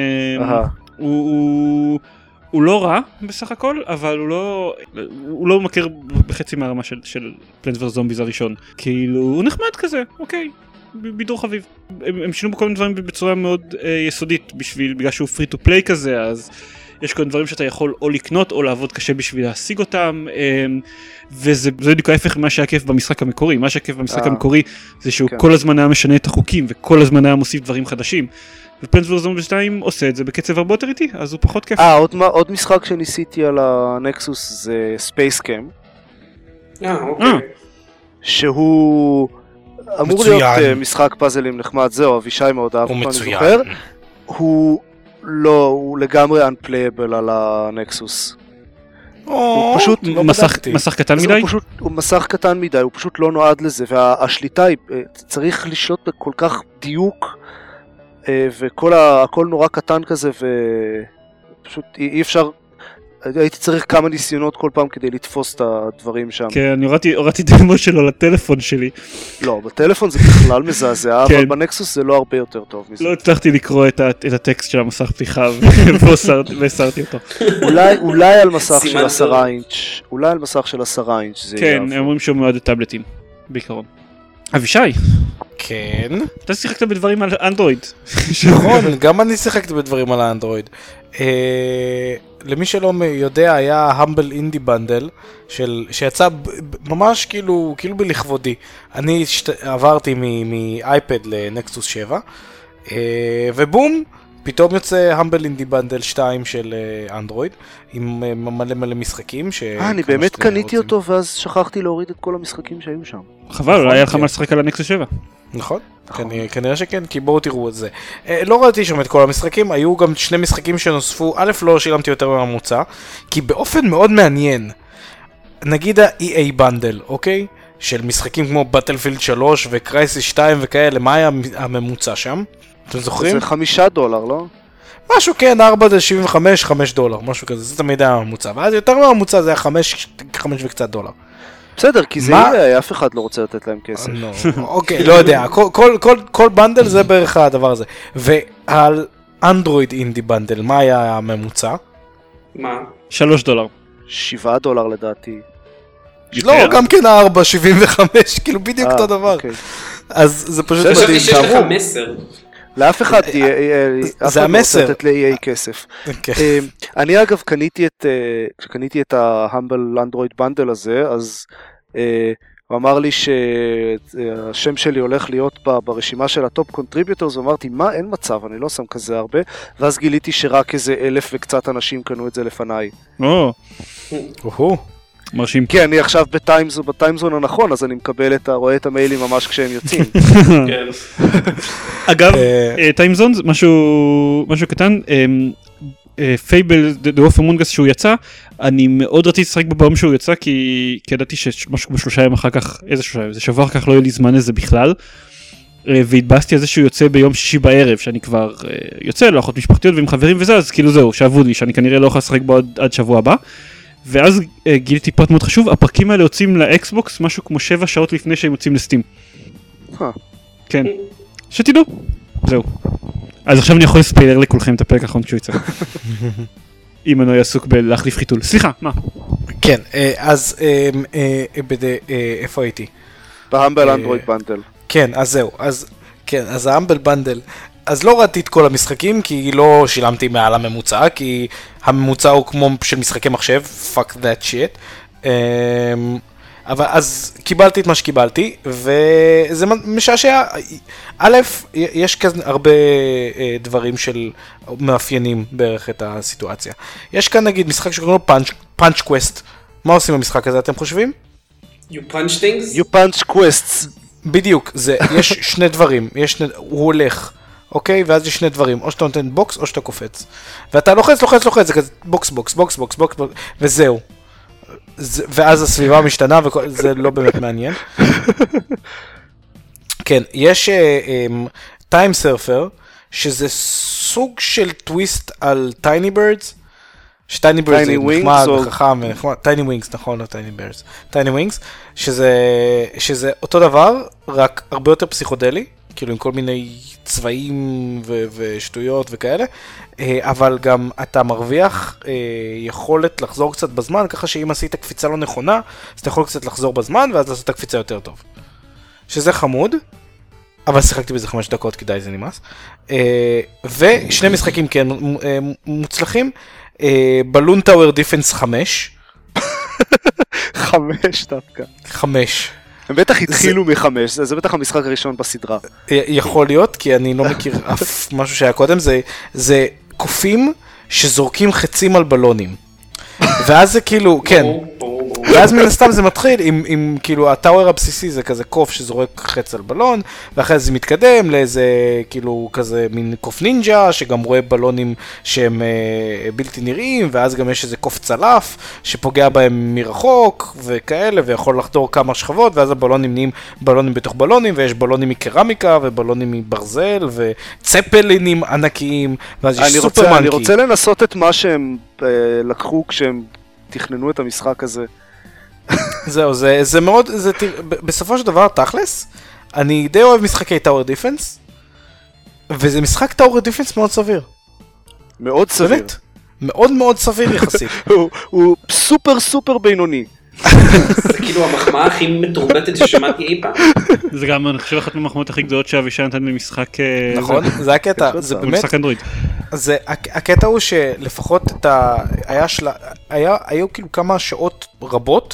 הוא לא רע בסך הכל, אבל הוא לא מכיר בחצי מהרמה של Plants vs Zombies הראשון. כאילו, הוא נחמד כזה, אוקיי. בידור חביב. הם שינו בכל מיני דברים בצורה מאוד יסודית, בגלל שהוא free to play כזה, אז יש כל דברים שאתה יכול או לקנות או לעבוד קשה בשביל להשיג אותם, וזה בדיוק ההפך ממה שהיה כיף במשחק המקורי. מה שהיה כיף במשחק המקורי זה שהוא כל הזמן היה משנה את החוקים, וכל הזמן היה מוסיף דברים חדשים. ופלנטס vs Zombies 2 עושה את זה בקצב הרבה יותר איטי, אז הוא פחות כיף. עוד משחק שניסיתי על הנקסוס זה ספייס קאם. אוקיי. שהוא אמור להיות משחק פאזלים נחמד, זהו, אבישי מאוד אהב אותו, אני זוכר. הוא לגמרי unplayable על הנקסוס. הוא פשוט מסך קטן מדי? הוא מסך קטן מדי, הוא פשוט לא נועד לזה, והשליטה היא, צריך לשלוט בכל כך דיוק, והכל נורא קטן כזה, ופשוט אי אפשר, הייתי צריך כמה ניסיונות כל פעם כדי לתפוס את הדברים שם. כן, אני הורדתי דמו שלו לטלפון שלי. לא, בטלפון זה בכלל מזעזע, אבל בנקסוס זה לא הרבה יותר טוב מזה. לא הצלחתי לקרוא את הטקסט של המסך פתיחה, והסרתי אותו. אולי על מסך של 10 אינץ', אולי על מסך של 10 אינץ' זה יעבור. כן, הם אומרים שהוא מיועד לטאבלטים, בעיקרון. אבישי. כן. אתה שיחקת בדברים על אנדרואיד. נכון, גם אני שיחקתי בדברים על האנדרואיד. למי שלא יודע, היה המבל אינדי בנדל שיצא ממש כאילו בלכבודי. אני עברתי מאייפד לנקסוס 7 ובום, פתאום יוצא המבל אינדי בנדל 2 של אנדרואיד עם מלא משחקים. אני באמת קניתי אותו ואז שכחתי להוריד את כל המשחקים שהיו שם. חבל, אולי היה לך מה לשחק על הנקסוס 7. נכון, כנראה שכן, כי בואו תראו את זה. לא ראיתי שם את כל המשחקים, היו גם 2 משחקים שנוספו. א', לא שילמתי יותר מהממוצע, כי באופן מאוד מעניין, נגיד ה-EA בנדל, אוקיי? של משחקים כמו Battlefield 3 ו-Crysis 2 וכאלה, מה היה הממוצע שם? אתם זוכרים? זה $5, לא? משהו כן, $4.75, $5, משהו כזה, זה תמיד היה הממוצע, ואז יותר מהממוצע זה היה 5 וקצת דולר. בסדר, כי זה יהיה, אף אחד לא רוצה לתת להם כסף. אוקיי, לא יודע, כל בנדל זה בערך הדבר הזה. ועל אנדרואיד אינדי בנדל, מה היה הממוצע? מה? $3. $7 לדעתי. לא, גם כן 4.75, כאילו בדיוק אותו דבר. אוקיי. אז זה פשוט חשבתי מדהים. שיש לך מסר. לאף אחד זה המסר. לתת ל-EA כסף. כן. אני אגב כשקניתי את ה-Humble Android Bundle הזה, אז הוא אמר לי שהשם שלי הולך להיות ברשימה של הטופ קונטריביוטורס, ואמרתי, מה, אין מצב, אני לא שם כזה הרבה, ואז גיליתי שרק איזה 1,000 וקצת אנשים קנו את זה לפניי. מרשים. כי אני עכשיו בטיימזון הנכון, אז אני רואה את המיילים ממש כשהם יוצאים. אגב, טיימזון, משהו קטן, פייבל, The Wolf Among Us שהוא יצא, אני מאוד רציתי לשחק בו שהוא יצא, כי ידעתי שמשהו ב3 ימים אחר כך, איזה שבוע אחר כך לא יהיה לי זמן לזה בכלל, והתבאסתי על זה שהוא יוצא ביום שישי בערב, שאני כבר יוצא לאחות משפחתיות ועם חברים וזה, אז כאילו זהו, שעבוד לי, שאני כנראה לא יכול לשחק בו עד שבוע הבא. ואז גיליתי פרט מאוד חשוב, הפרקים האלה יוצאים לאקסבוקס משהו כמו 7 שעות לפני שהם יוצאים לסטים. כן, שתדעו, זהו. אז עכשיו אני יכול לספיילר לכולכם את הפרק האחרון כשהוא יצא. אם אני עסוק בלהחליף חיתול. סליחה, מה? כן, אז איפה הייתי? בהמבל אנדרואיד בנדל. כן, אז זהו, אז ההמבל בנדל, אז לא ראיתי את כל המשחקים, כי לא שילמתי מעל הממוצע, כי הממוצע הוא כמו של משחקי מחשב, fuck that shit. אבל אז קיבלתי את מה שקיבלתי, וזה משעשע. א', יש כאן הרבה דברים של מאפיינים בערך את הסיטואציה. יש כאן נגיד משחק שקוראים לו Punch Quest. מה עושים במשחק הזה, אתם חושבים? You punch things? You punch quests. בדיוק, יש שני דברים, הוא הולך, אוקיי? ואז יש שני דברים, או שאתה נותן בוקס או שאתה קופץ. ואתה לוחץ, זה כזה בוקס, וזהו. ואז הסביבה משתנה, וזה לא באמת מעניין. כן, יש טיים סרפר, שזה סוג של טוויסט על טייני בירדס, שטייני בירדס זה נחמד וחכם, טייני ווינגס, נכון, לא טייני בירדס, טייני ווינגס, שזה אותו דבר, רק הרבה יותר פסיכודלי, כאילו עם כל מיני צבעים ושטויות וכאלה, אבל גם אתה מרוויח יכולת לחזור קצת בזמן, ככה שאם עשית קפיצה לא נכונה, אז אתה יכול קצת לחזור בזמן, ואז לעשות את הקפיצה יותר טוב. שזה חמוד, אבל שיחקתי בזה 5 דקות, כדאי זה נמאס. ושני משחקים כן מוצלחים, בלון טאוור דיפנס 5. 5 דווקא. 5. הם בטח התחילו מ5, זה בטח המשחק הראשון בסדרה. יכול להיות, כי אני לא מכיר אף משהו שהיה קודם, זה קופים שזורקים חצים על בלונים. ואז זה כאילו, כן. ואז מן הסתם זה מתחיל עם כאילו הטאוור הבסיסי זה כזה קוף שזורק חץ על בלון, ואחרי זה מתקדם לאיזה כאילו כזה מין קוף נינג'ה שגם רואה בלונים שהם בלתי נראים, ואז גם יש איזה קוף צלף שפוגע בהם מרחוק וכאלה, ויכול לחדור כמה שכבות, ואז הבלונים נהיים בלונים בתוך בלונים, ויש בלונים מקרמיקה ובלונים מברזל וצפלינים ענקיים, ואז יש סופר מנקי. אני רוצה לנסות את מה שהם לקחו כשהם תכננו את המשחק הזה. זהו, זה מאוד, בסופו של דבר, תכלס, אני די אוהב משחקי טאוור דיפנס, וזה משחק טאוור דיפנס מאוד סביר. מאוד סביר. באמת, מאוד מאוד סביר יחסית. הוא סופר בינוני. זה כאילו המחמאה הכי מתורבתת ששמעתי אי פעם. זה גם, אני חושב, אחת מהמחמאות הכי גדולות שאבישי נתן במשחק... נכון, זה הקטע, זה באמת... במשחק אנדרואיד. הקטע הוא שלפחות היו כאילו כמה שעות רבות,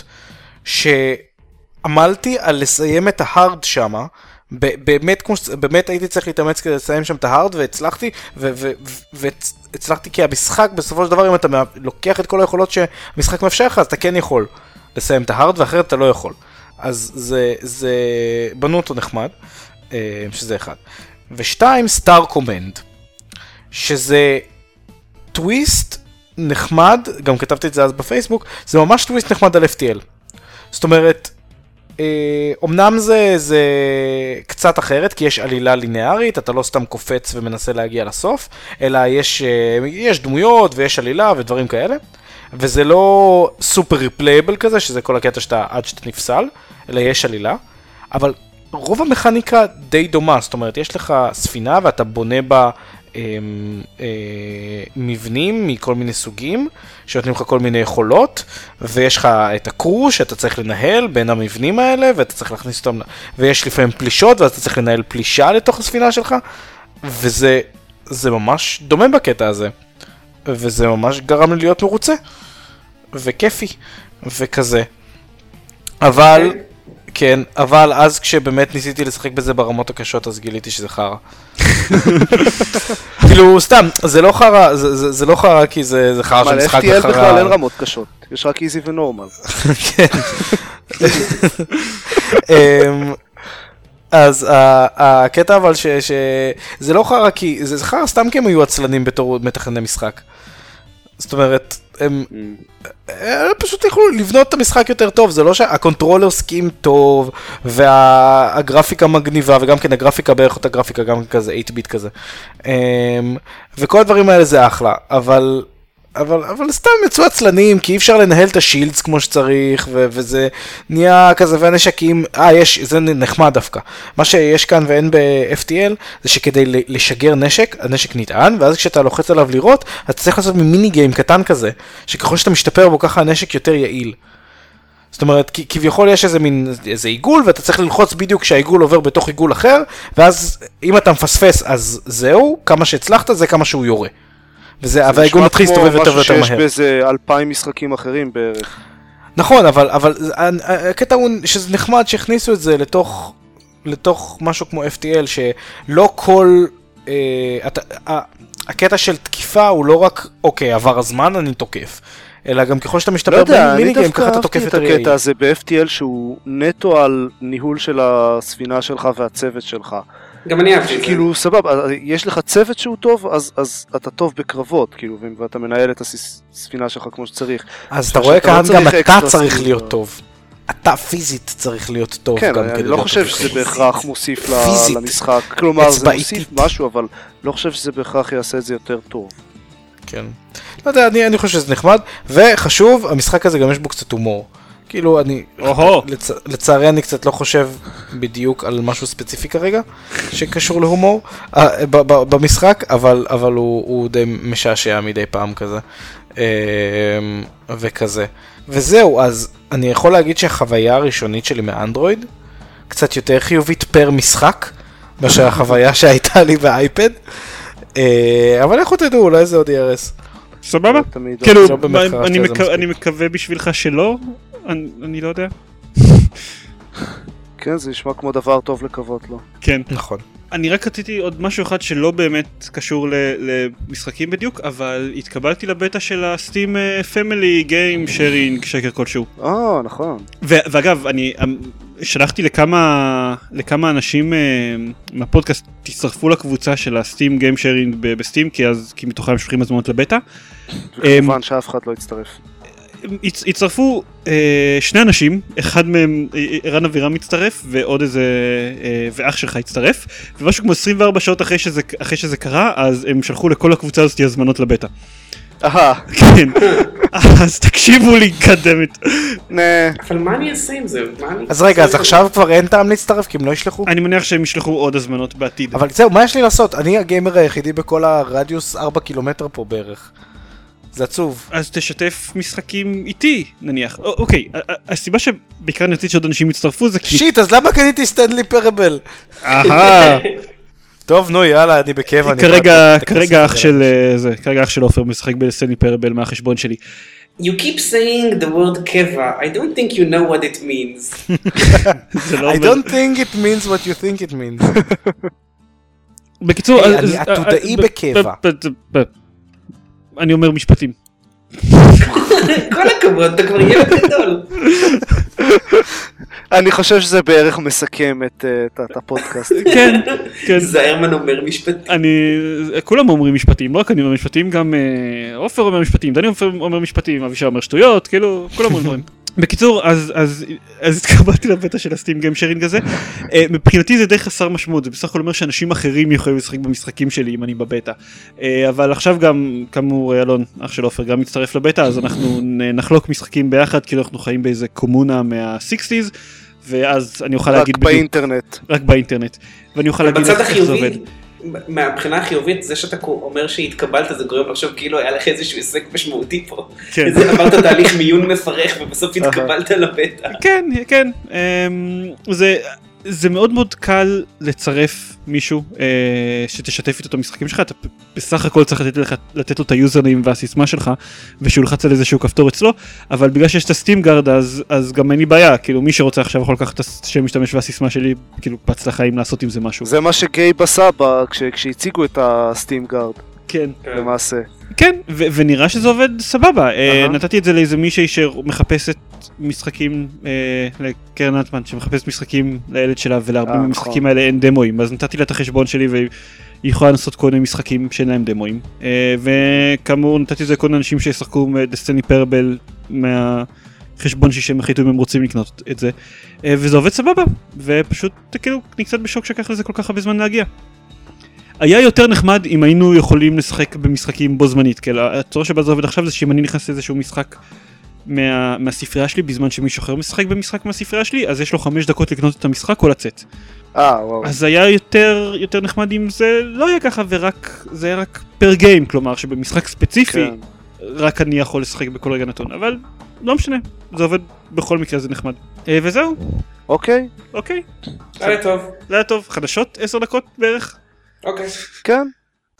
שעמלתי על לסיים את ההארד שמה, באמת הייתי צריך להתאמץ כדי לסיים שם את ההארד, והצלחתי, והצלחתי כי המשחק בסופו של דבר, אם אתה לוקח את כל היכולות שהמשחק מאפשר לך, אז אתה כן יכול לסיים את ההארד, ואחרת אתה לא יכול. אז זה בנו אותו נחמד, שזה אחד. ושתיים, סטאר קומנד, שזה טוויסט נחמד, גם כתבתי את זה אז בפייסבוק, זה ממש טוויסט נחמד על FTL. זאת אומרת, אמנם זה קצת אחרת, כי יש עלילה לינארית, אתה לא סתם קופץ ומנסה להגיע לסוף, אלא יש דמויות ויש עלילה ודברים כאלה, וזה לא סופר ריפלייבל כזה, שזה כל הקטע עד שאתה נפסל, אלא יש עלילה, אבל רוב המכניקה די דומה, זאת אומרת, יש לך ספינה ואתה בונה בה מבנים מכל מיני סוגים, שנותנים לך כל מיני יכולות, ויש לך את הקרו שאתה צריך לנהל בין המבנים האלה, ואתה צריך להכניס אותם, ויש לפעמים פלישות, ואז אתה צריך לנהל פלישה לתוך הספינה שלך, וזה ממש דומה בקטע הזה, וזה ממש גרם לי להיות מרוצה, וכיפי, וכזה. אבל, כן, אבל אז כשבאמת ניסיתי לשחק בזה ברמות הקשות, אז גיליתי שזה חרא. כאילו, סתם, זה לא חרא, זה לא חרא כי זה חרא של משחק וחרא. FTL בכלל אין רמות קשות, יש רק איזי ונורמל. כן. אז הקטע אבל שזה לא חרא כי, זה חרא סתם כי הם היו עצלנים בתור מתכנני משחק. זאת אומרת, הם פשוט יכולו לבנות את המשחק יותר טוב, זה לא שהקונטרולר סקים טוב, והגרפיקה מגניבה, וגם כן הגרפיקה בערך אותה גרפיקה, גם כזה 8-ביט כזה. וכל הדברים האלה זה אחלה, אבל סתם יצאו עצלנים, כי אי אפשר לנהל את השילדס כמו שצריך, וזה נהיה כזה, והנשקים, זה נחמד דווקא. מה שיש כאן ואין ב-FTL, זה שכדי לשגר נשק, הנשק נטען, ואז כשאתה לוחץ עליו לראות, אתה צריך לעשות מיני גיים קטן כזה, שככל שאתה משתפר בו ככה הנשק יותר יעיל. זאת אומרת, כביכול יש איזה עיגול, ואתה צריך ללחוץ בדיוק כשהעיגול עובר בתוך עיגול אחר, ואז אם אתה מפספס, אז זהו, כמה שהצלחת, זה כמה שהוא יורה. והעיגול מתחיל להסתובב יותר ויותר מהר. זה נשמע כמו משהו שיש באיזה 2,000 משחקים אחרים בערך. נכון, אבל הקטע הוא שזה נחמד שהכניסו את זה לתוך משהו כמו FTL, שלא כל... הקטע של תקיפה הוא לא רק, אוקיי, עבר הזמן, אני תוקף. אלא גם ככל שאתה משתפר במיני גיים, ככה אתה תוקף יותר יעיל. אני דווקא אהבתי את הקטע הזה ב-FTL שהוא נטו על ניהול של הספינה שלך והצוות שלך. גם אני אהבתי את זה. כאילו, סבבה, יש לך צוות שהוא טוב, אז אתה טוב בקרבות, כאילו, ואתה מנהל את הספינה שלך כמו שצריך. אז אתה רואה כאן גם אתה צריך להיות טוב. אתה פיזית צריך להיות טוב. כן, אני לא חושב שזה בהכרח מוסיף למשחק. כלומר, זה מוסיף משהו, אבל לא חושב שזה בהכרח יעשה את זה יותר טוב. כן. לא יודע, אני חושב שזה נחמד, וחשוב, המשחק הזה גם יש בו קצת הומור. כאילו, לצערי אני קצת לא חושב בדיוק על משהו ספציפי כרגע, שקשור להומור במשחק, אבל הוא די משעשע מדי פעם כזה, וכזה. וזהו, אז אני יכול להגיד שהחוויה הראשונית שלי מאנדרואיד, קצת יותר חיובית פר משחק, מאשר החוויה שהייתה לי באייפד, אבל איך תדעו, אולי זה עוד ירס. סבבה? כאילו, אני מקווה בשבילך שלא, אני לא יודע. כן, זה נשמע כמו דבר טוב לקוות לו. כן. נכון. אני רק רציתי עוד משהו אחד שלא באמת קשור למשחקים בדיוק, אבל התקבלתי לבטא של הסטים פמילי גיים שיירינג שקר כלשהו. נכון. ואגב, אני שלחתי לכמה אנשים מהפודקאסט, תצטרפו לקבוצה של הסטים גיים שיירינג בסטים, כי מתוכם הם שולחים הזמנות לבטא. וכמובן שאף אחד לא יצטרף. הצטרפו שני אנשים, אחד מהם ערן אבירם מצטרף ועוד איזה ואח שלך הצטרף, ומשהו כמו 24 שעות אחרי שזה קרה, אז הם שלחו לכל הקבוצה הזאת הזמנות לבטא. כן, אז תקשיבו לי, קדמת. אבל מה אני אעשה עם זה? אז רגע, אז עכשיו כבר אין טעם להצטרף כי הם לא ישלחו? אני מניח שהם ישלחו עוד הזמנות בעתיד. אבל זהו, מה יש לי לעשות? אני הגיימר היחידי בכל הרדיוס 4 קילומטר פה בערך. זה עצוב. אז תשתף משחקים איתי, נניח. אוקיי, הסיבה שבעיקר אני רציתי שעוד אנשים יצטרפו זה כי... שיט, אז למה קניתי סטנלי פרבל? טוב, נו, יאללה, אני בכיף. כרגע אח של אופר משחק בסטנלי פרבל מהחשבון שלי. You keep saying the word keva. I don't think you know what it means. I don't think it means what you think it means. בקיצור... אני עתודאי בקבע. אני אומר משפטים. כל הכבוד, אתה כבר ילד גדול. אני חושב שזה בערך מסכם את הפודקאסט. כן, כן. זהרמן אומר משפטים. כולם אומרים משפטים, לא רק אני אומר משפטים, גם עופר אומר משפטים, דני אומר משפטים, אבישי אומר שטויות, כאילו, כולם אומרים. בקיצור, אז התקבלתי לבטא של הסטים גיים שיירינג הזה. מבחינתי זה די חסר משמעות, זה בסך הכל אומר שאנשים אחרים יכולים לשחק במשחקים שלי אם אני בבטא. אבל עכשיו גם, כאמור, אלון, אח של אופר, גם מצטרף לבטא, אז אנחנו נחלוק משחקים ביחד, כאילו אנחנו חיים באיזה קומונה מה-60s, ואז אני אוכל להגיד בדיוק... רק באינטרנט. ואני אוכל להגיד איך זה עובד. מהבחינה החיובית, זה שאתה אומר שהתקבלת, זה גורם לחשוב כאילו היה לך איזשהו הישג משמעותי פה. כן. זה עברת תהליך מיון מפרך, ובסוף התקבלת לבטא. כן, כן. זה מאוד מאוד קל לצרף מישהו שתשתף איתו את המשחקים שלך, אתה בסך הכל צריך לתת לו את היוזרניים והסיסמה שלך, ושהוא לחץ על איזשהו כפתור אצלו, אבל בגלל שיש את הסטים גארד, אז גם אין לי בעיה, כאילו מי שרוצה עכשיו יכול לקחת את השם משתמש והסיסמה שלי, כאילו פץ לחיים לעשות עם זה משהו. זה מה שגייב עשה כשהציגו את הסטים גארד. כן. למעשה. כן, ונראה שזה עובד סבבה. נתתי את זה לאיזה מישהי שמחפשת משחקים, לקרן אלטמן, שמחפשת משחקים לילד שלה, ולהרבה מהמשחקים האלה אין דמואים, אז נתתי לה את החשבון שלי והיא יכולה לנסות כל מיני משחקים שאין להם דמואים. וכאמור, נתתי את זה לכל אנשים שישחקו דסטיני פרבל מהחשבון שהם החליטו אם הם רוצים לקנות את זה. וזה עובד סבבה, ופשוט כאילו אני קצת בשוק שכך לזה כל כך הרבה זמן להגיע. היה יותר נחמד אם היינו יכולים לשחק במשחקים בו זמנית, כי הצורה שבה זה עובד עכשיו זה שאם אני נכנס לאיזשהו משחק מהספרייה שלי, בזמן שמישהו אחר משחק במשחק מהספרייה שלי, אז יש לו 5 דקות לקנות את המשחק או לצאת. וואו. אז היה יותר נחמד אם זה לא היה ככה, זה היה רק פר גיים, כלומר שבמשחק ספציפי, רק אני יכול לשחק בכל רגע נתון, אבל לא משנה, זה עובד בכל מקרה, זה נחמד. וזהו. אוקיי. היה טוב. היה טוב, חדשות 10 דקות בערך. אוקיי. כן.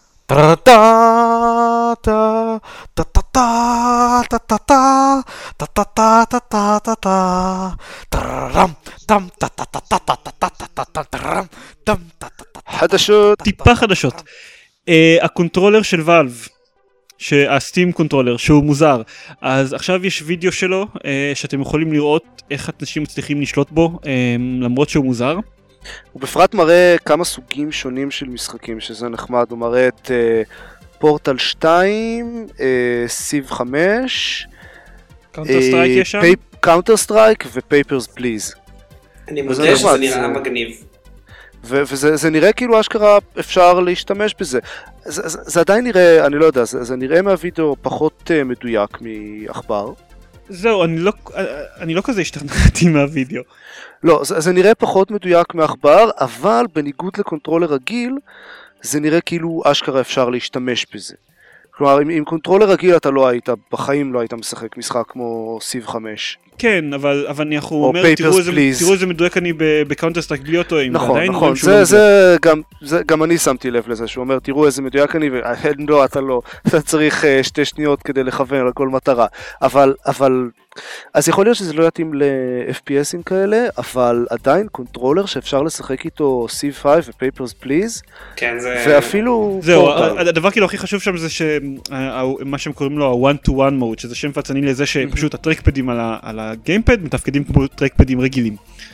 חדשות. טיפה חדשות. הקונטרולר של ואלב, הסטים קונטרולר, שהוא מוזר, אז עכשיו יש וידאו שלו שאתם יכולים לראות איך אנשים מצליחים לשלוט בו למרות שהוא מוזר. הוא בפרט מראה כמה סוגים שונים של משחקים, שזה נחמד. הוא מראה את פורטל 2, סיב 5, קאונטר סטרייק יש שם? קאונטר סטרייק ופייפרס פליז. אני מודה שזה נראה מגניב. וזה נראה כאילו אשכרה אפשר להשתמש בזה. זה עדיין נראה, אני לא יודע, זה נראה מהווידאו פחות מדויק מעכבר. זהו, אני לא כזה השתכנעתי מהווידאו. לא, זה נראה פחות מדויק מעכבר, אבל בניגוד לקונטרולר רגיל, זה נראה כאילו אשכרה אפשר להשתמש בזה. כלומר, עם קונטרולר רגיל אתה לא היית, בחיים לא היית משחק משחק כמו סיב 5. כן, אבל אני אומר, תראו איזה מדויק אני בקאונטר סטרייק בלי אותו, נכון, גם אני שמתי לב לזה, שהוא אומר, תראו איזה מדויק אני, ולא, אתה צריך 2 שניות כדי לכוון על כל מטרה, אבל, אז יכול להיות שזה לא יתאים ל-FPSים כאלה, אבל עדיין קונטרולר שאפשר לשחק איתו סיב 5 ופייפרס פליז, ואפילו... זהו, הדבר כאילו הכי חשוב שם זה מה שהם קוראים לו ה-one-to-one מוד, שזה שם פצני לזה שפשוט הטרקפדים על הגיימפד מתפקדים כמו טרקפדים רגילים.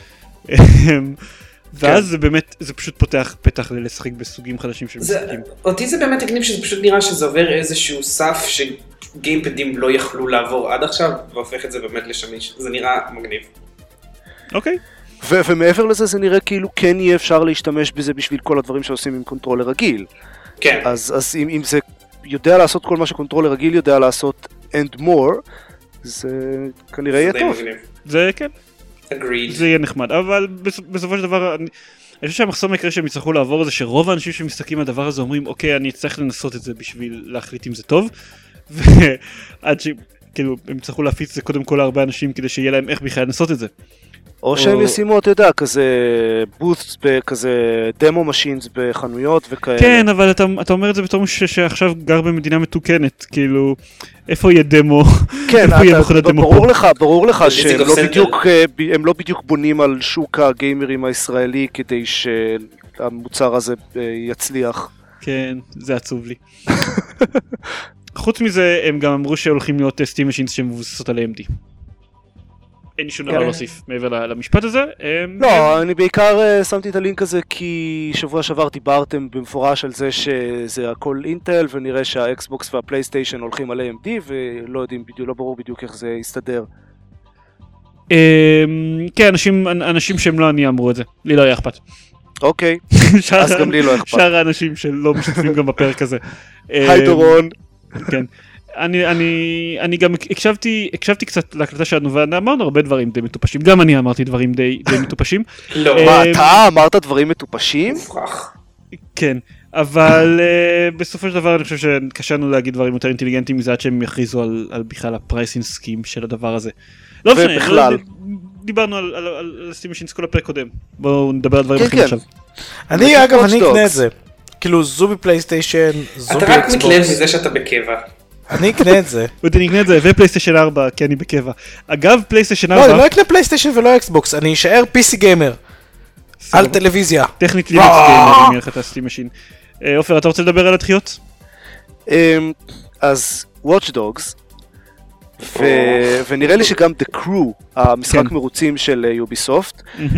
ואז זה באמת, זה פשוט פותח פתח לשחק בסוגים חדשים של משחקים. אותי זה באמת הגניב שזה פשוט נראה שזה עובר איזשהו סף שגיימפדים לא יכלו לעבור עד עכשיו, והופך את זה באמת לשמיש. זה נראה מגניב. אוקיי. ומעבר לזה זה נראה כאילו כן יהיה אפשר להשתמש בזה בשביל כל הדברים שעושים עם קונטרולר רגיל. כן. אז אם זה יודע לעשות כל מה שקונטרולר רגיל יודע לעשות and more, זה כנראה יהיה טוב. זה כן. Agreed. זה יהיה נחמד, אבל בסופו של דבר, אני חושב שהמחסום העיקרי שהם יצטרכו לעבור זה שרוב האנשים שמסתכלים על הדבר הזה אומרים, אוקיי, אני צריך לנסות את זה בשביל להחליט אם זה טוב, ועד שכאילו הם יצטרכו להפיץ את זה קודם כל להרבה אנשים כדי שיהיה להם איך בכלל לנסות את זה. או שהם ישימו, אתה יודע, כזה בוטס, כזה דמו משינס בחנויות וכאלה. כן, אבל אתה אומר את זה בתור מישהו שעכשיו גר במדינה מתוקנת, כאילו, איפה יהיה דמו? כן, ברור לך שהם לא בדיוק בונים על שוק הגיימרים הישראלי כדי שהמוצר הזה יצליח. כן, זה עצוב לי. חוץ מזה, הם גם אמרו שהולכים להיות סטים משינס שמבוססות על AMD. אין שום דבר להוסיף מעבר למשפט הזה. לא, אני בעיקר שמתי את הלינק הזה כי שבוע שעבר דיברתם במפורש על זה שזה הכל אינטל, ונראה שהאקסבוקס והפלייסטיישן הולכים על AMD, ולא יודעים בדיוק, לא ברור בדיוק איך זה יסתדר. כן, אנשים שהם לא אני אמרו את זה, לי לא היה אכפת. אוקיי, אז גם לי לא אכפת. שאר האנשים שלא משתתפים גם בפרק הזה. היי דורון. כן. אני גם הקשבתי קצת להקלטה שלנו, ואמרנו הרבה דברים די מטופשים, גם אני אמרתי דברים די מטופשים. לא, מה, אתה אמרת דברים מטופשים? כן, אבל בסופו של דבר אני חושב שקשה לנו להגיד דברים יותר אינטליגנטיים מזה עד שהם יכריזו על בכלל הפרייסינג סקים של הדבר הזה. לא משנה, ובכלל. דיברנו על סטים משינס כל הפרק קודם. בואו נדבר על דברים כן, אחרים כן. עכשיו. אני אגב, Watch אני Dogs. אקנה את זה. כאילו זובי פלייסטיישן, זובי אתה רק מתלהב אקסבוקס. מזה שאתה בקבע. אני אקנה את זה. ואני אקנה את זה ופלייסטיישן 4 כי אני בקבע. אגב פלייסטיישן לא, אני 4 לא אקנה פלייסטיישן ולא אקסבוקס, אני אשאר PC גיימר. על טלוויזיה. טכנית לינוקס גיימר אם יהיה לך את הסטים משין. עופר, אתה רוצה לדבר על הדחיות? אז Watch Dogs, ונראה לי שגם The Crew, המשחק כן. מרוצים של יוביסופט, מהמם.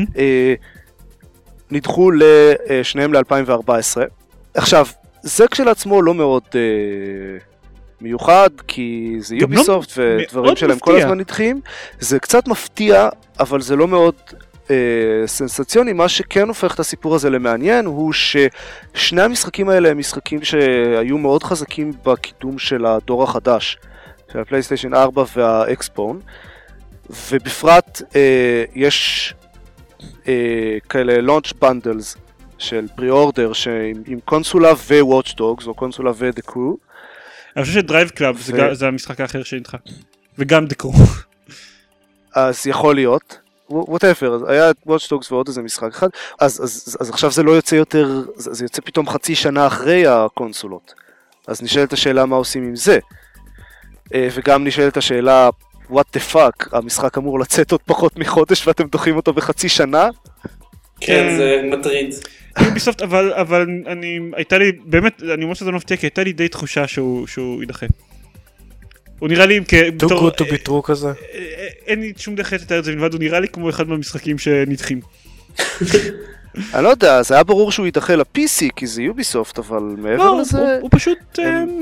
נדחו לשניהם ל-2014. עכשיו, זה כשלעצמו לא מאוד מיוחד, כי זה גם לא יוביסופט ודברים מאוד שלהם כל מפתיע. הזמן נדחים. זה קצת מפתיע, אבל זה לא מאוד סנסציוני. מה שכן הופך את הסיפור הזה למעניין, הוא ששני המשחקים האלה הם משחקים שהיו מאוד חזקים בקידום של הדור החדש, של הפלייסטיישן 4 והאקסבון, ובפרט יש כאלה לאunch bundles של פרי-אורדר עם קונסולה ו-Watch Dogs, או קונסולה ו-The Crew. אני חושב שדרייב קלאב זה המשחק האחר שנדחה. וגם דקרו. אז יכול להיות, whatever, אז היה Watch Dogs ועוד איזה משחק אחד, אז עכשיו זה לא יוצא יותר, זה יוצא פתאום חצי שנה אחרי הקונסולות. אז נשאלת השאלה מה עושים עם זה. וגם נשאלת השאלה, what the fuck, המשחק אמור לצאת עוד פחות מחודש ואתם דוחים אותו בחצי שנה? כן, זה מטריד. יוביסופט, אבל הייתה לי, באמת, אני אומר שזה לא מפתיע, כי הייתה לי די תחושה שהוא יידחה. הוא נראה לי, too good to be true כזה. אין לי שום דרך לתאר את זה מלבד, הוא נראה לי כמו אחד מהמשחקים שנדחים. אני לא יודע, זה היה ברור שהוא יידחה ל-PC כי זה יוביסופט, אבל מעבר לא, לזה... הוא פשוט,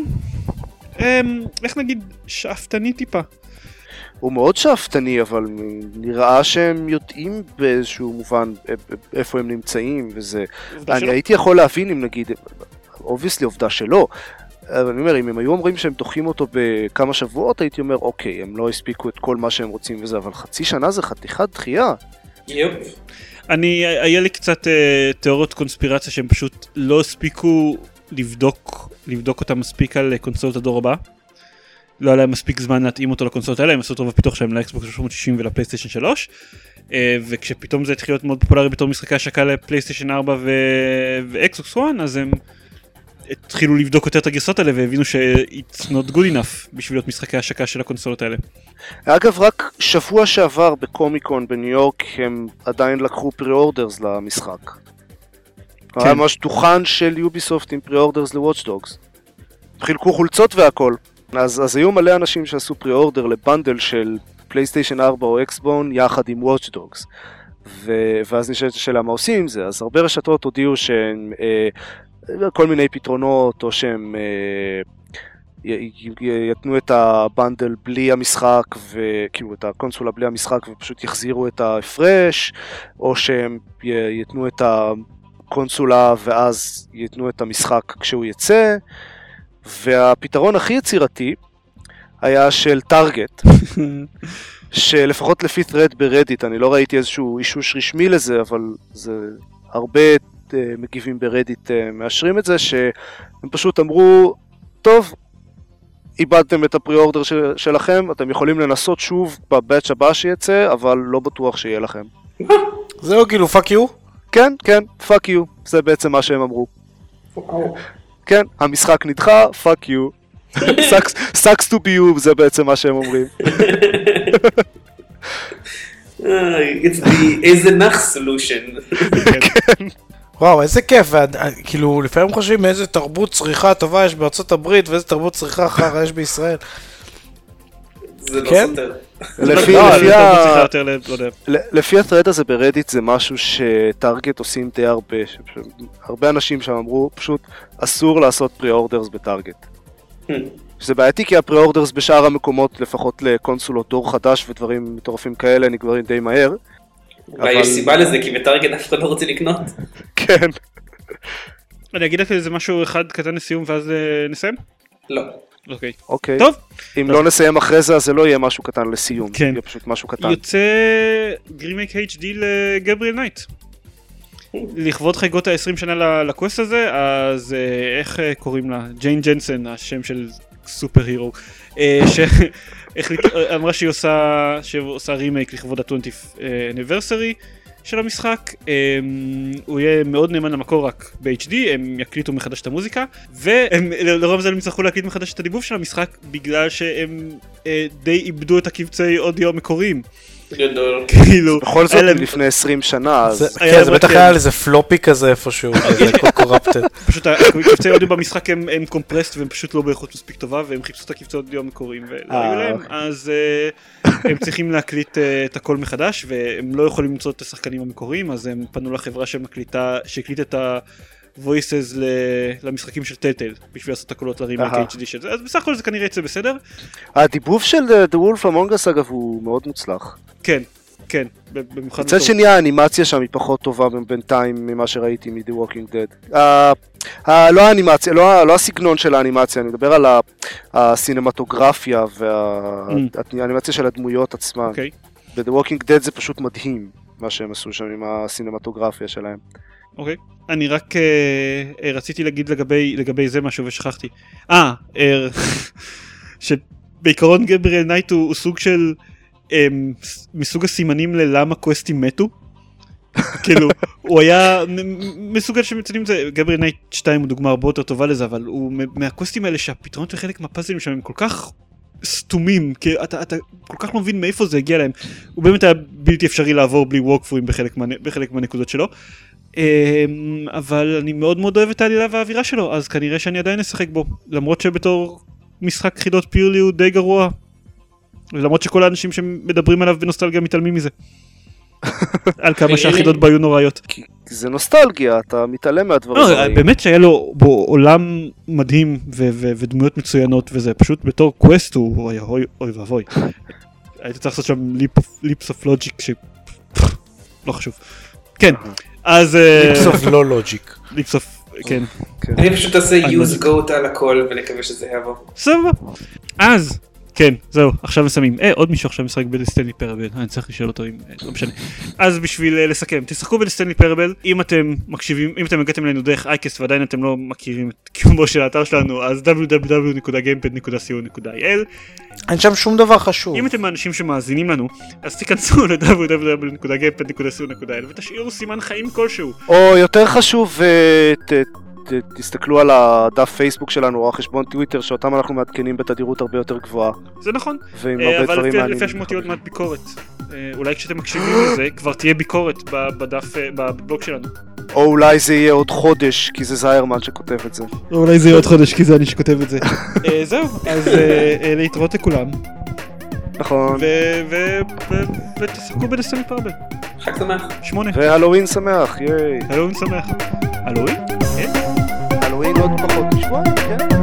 איך נגיד, שאפתני טיפה. הוא מאוד שאפתני, אבל נראה שהם יודעים באיזשהו מובן איפה הם נמצאים, וזה... אני הייתי יכול להבין אם נגיד, obviously עובדה שלא, אבל אני אומר, אם הם היו אומרים שהם דוחים אותו בכמה שבועות, הייתי אומר, אוקיי, הם לא הספיקו את כל מה שהם רוצים וזה, אבל חצי שנה זה חתיכת דחייה. יופ. היה לי קצת תיאוריות קונספירציה שהם פשוט לא הספיקו לבדוק אותם מספיק על קונסולות הדור הבא. לא היה להם מספיק זמן להתאים אותו לקונסולות האלה, הם עשו את רוב הפיתוח שלהם לאקסבוקס 360 ולפלייסטיישן 3, וכשפתאום זה התחיל להיות מאוד פופולרי בתור משחקי השקה לפלייסטיישן 4 ואקסבוקס 1, אז הם התחילו לבדוק יותר את הגרסות האלה והבינו ש-it's not good enough בשביל להיות משחקי השקה של הקונסולות האלה. אגב, רק שבוע שעבר בקומיקון בניו יורק הם עדיין לקחו פרי-אורדרס למשחק. היה ממש דוכן של יוביסופט עם פרי-אורדרס ל-Watch Dogs. חילקו חולצות והכל. אז היו מלא אנשים שעשו פרי-אורדר לבנדל של פלייסטיישן 4 או אקסבון יחד עם Watch Dogs. ואז נשאלת השאלה מה עושים עם זה. אז הרבה רשתות הודיעו שהם כל מיני פתרונות, או שהם יתנו את הבנדל בלי המשחק, וכאילו את הקונסולה בלי המשחק, ופשוט יחזירו את ההפרש, או שהם יתנו את הקונסולה ואז יתנו את המשחק כשהוא יצא. והפתרון הכי יצירתי היה של טארגט, שלפחות לפי thread ברדיט, אני לא ראיתי איזשהו אישוש רשמי לזה, אבל זה הרבה מגיבים ברדיט מאשרים את זה, שהם פשוט אמרו, טוב, איבדתם את הפרי-אורדר שלכם, אתם יכולים לנסות שוב בבאץ' הבא שיצא, אבל לא בטוח שיהיה לכם. זהו כאילו fuck you? כן, כן, fuck you, זה בעצם מה שהם אמרו. כן, המשחק נדחה, fuck you. sucks to be you, זה בעצם מה שהם אומרים. It's the איזה נח solution. וואו, איזה כיף, כאילו לפעמים חושבים איזה תרבות צריכה טובה יש בארצות הברית ואיזה תרבות צריכה חרא יש בישראל. זה לא כן? סותר. לפי הת'רד הזה ברדיט זה משהו שטארגט עושים די הרבה, הרבה אנשים שם אמרו פשוט אסור לעשות פרי-אורדרס בטארגט. שזה בעייתי כי הפרי-אורדרס בשאר המקומות לפחות לקונסולות דור חדש ודברים מטורפים כאלה נגמרים די מהר. אולי יש סיבה לזה כי בטארגט אף אחד לא רוצה לקנות. כן. אני אגיד לך איזה משהו אחד קטן לסיום ואז נסיים? לא. אוקיי. טוב. אם לא נסיים אחרי זה, אז זה לא יהיה משהו קטן לסיום. כן. יהיה פשוט משהו קטן. יוצא גרימייק HD לגבריאל נייט. לכבוד חגיגות ה-20 שנה לקווסט הזה, אז איך קוראים לה? ג'יין ג'נסן, השם של סופר הירו, אמרה שהיא עושה רימייק לכבוד ה-20th anniversary של המשחק. הוא יהיה מאוד נאמן למקור רק ב-HD, הם יקליטו מחדש את המוזיקה, ולרוב זה הם יצטרכו להקליט מחדש את הדיבוב של המשחק, בגלל שהם די איבדו את הקבצי אודיו המקוריים. גדול. כאילו, בכל זאת לפני 20 שנה, אז... כן, זה בטח היה על איזה פלופי כזה איפשהו, זה קורפטד. פשוט הקבצי אודיו במשחק הם קומפרסט והם פשוט לא באיכות מספיק טובה, והם חיפשו את הקבצי אודיו המקוריים ולא היו להם, אז הם צריכים להקליט את הכל מחדש, והם לא יכולים למצוא את השחקנים המקוריים, אז הם פנו לחברה שהקליט את ה-voices למשחקים של טלטל, בשביל לעשות את הקולות לרימייק HD של זה, אז בסך הכל זה כנראה יצא בסדר. הדיבוב של The Wolf Among Us אגב הוא מאוד מוצלח. כן, כן, במיוחד... מצד שני האנימציה שם היא פחות טובה בינתיים ממה שראיתי מ-The Walking Dead. לא האנימציה, לא הסגנון של האנימציה, אני מדבר על הסינמטוגרפיה והאנימציה של הדמויות עצמן. ב-The Walking Dead זה פשוט מדהים מה שהם עשו שם עם הסינמטוגרפיה שלהם. אוקיי, אני רק רציתי להגיד לגבי זה משהו ושכחתי. שבעיקרון גבריאל נייט הוא סוג של מסוג הסימנים ללמה קווסטים מתו. כאילו, הוא היה מסוג שמציינים זה, גבריאל נייט 2 הוא דוגמה הרבה יותר טובה לזה, אבל הוא מהקווסטים האלה שהפתרונות וחלק מהפאזלים שם הם כל כך סתומים, כי אתה כל כך לא מבין מאיפה זה הגיע להם. הוא באמת היה בלתי אפשרי לעבור בלי ווקפורים בחלק מהנקודות שלו. אבל אני מאוד מאוד אוהב את העלילה והאווירה שלו, אז כנראה שאני עדיין אשחק בו, למרות שבתור משחק חידות פיורלי הוא די גרוע, ולמרות שכל האנשים שמדברים עליו בנוסטלגיה מתעלמים מזה. על כמה שהחידות בה היו נוראיות. זה נוסטלגיה, אתה מתעלם מהדברים. באמת שהיה לו בו עולם מדהים ודמויות מצוינות, וזה פשוט בתור קווסט הוא אוי ואבוי. היית צריך לעשות שם ליפס אוף לוג'יק לא חשוב. כן, אז... ליפס אוף לא לוג'יק. ליפס אוף, כן. אני פשוט עושה use goat על הכל ונקווה שזה יעבור. סבבה. אז... כן, זהו, עכשיו מסיימים. עוד מישהו עכשיו משחק בדסטיני פרבל, אני צריך לשאול אותו אם... לא משנה. אז בשביל לסכם, תשחקו בדסטיני פרבל, אם אתם מקשיבים, אם אתם הגעתם אלינו דרך אייקסט ועדיין אתם לא מכירים את קיומו של האתר שלנו, אז www.gamepad.co.il. אין שם שום דבר חשוב. אם אתם האנשים שמאזינים לנו, אז תיכנסו ל-www.gamepad.co.il ותשאירו סימן חיים כלשהו. או יותר חשוב, תסתכלו על הדף פייסבוק שלנו או החשבון טוויטר שאותם אנחנו מעדכנים בתדירות הרבה יותר גבוהה. זה נכון, אבל לפי השמות תהיה עוד מעט ביקורת. אולי כשאתם מקשיבים לזה כבר תהיה ביקורת בבלוג שלנו. או אולי זה יהיה עוד חודש כי זה זיירמן שכותב את זה. או אולי זה יהיה עוד חודש כי זה אני שכותב את זה. זהו, אז להתראות לכולם. נכון. ותשחקו בדסטיני פרבל. חג שמח. 8. והלואוין שמח, ייי. הלואוין שמח. הלואוין? הלואוין עוד פחות משבועיים, כן.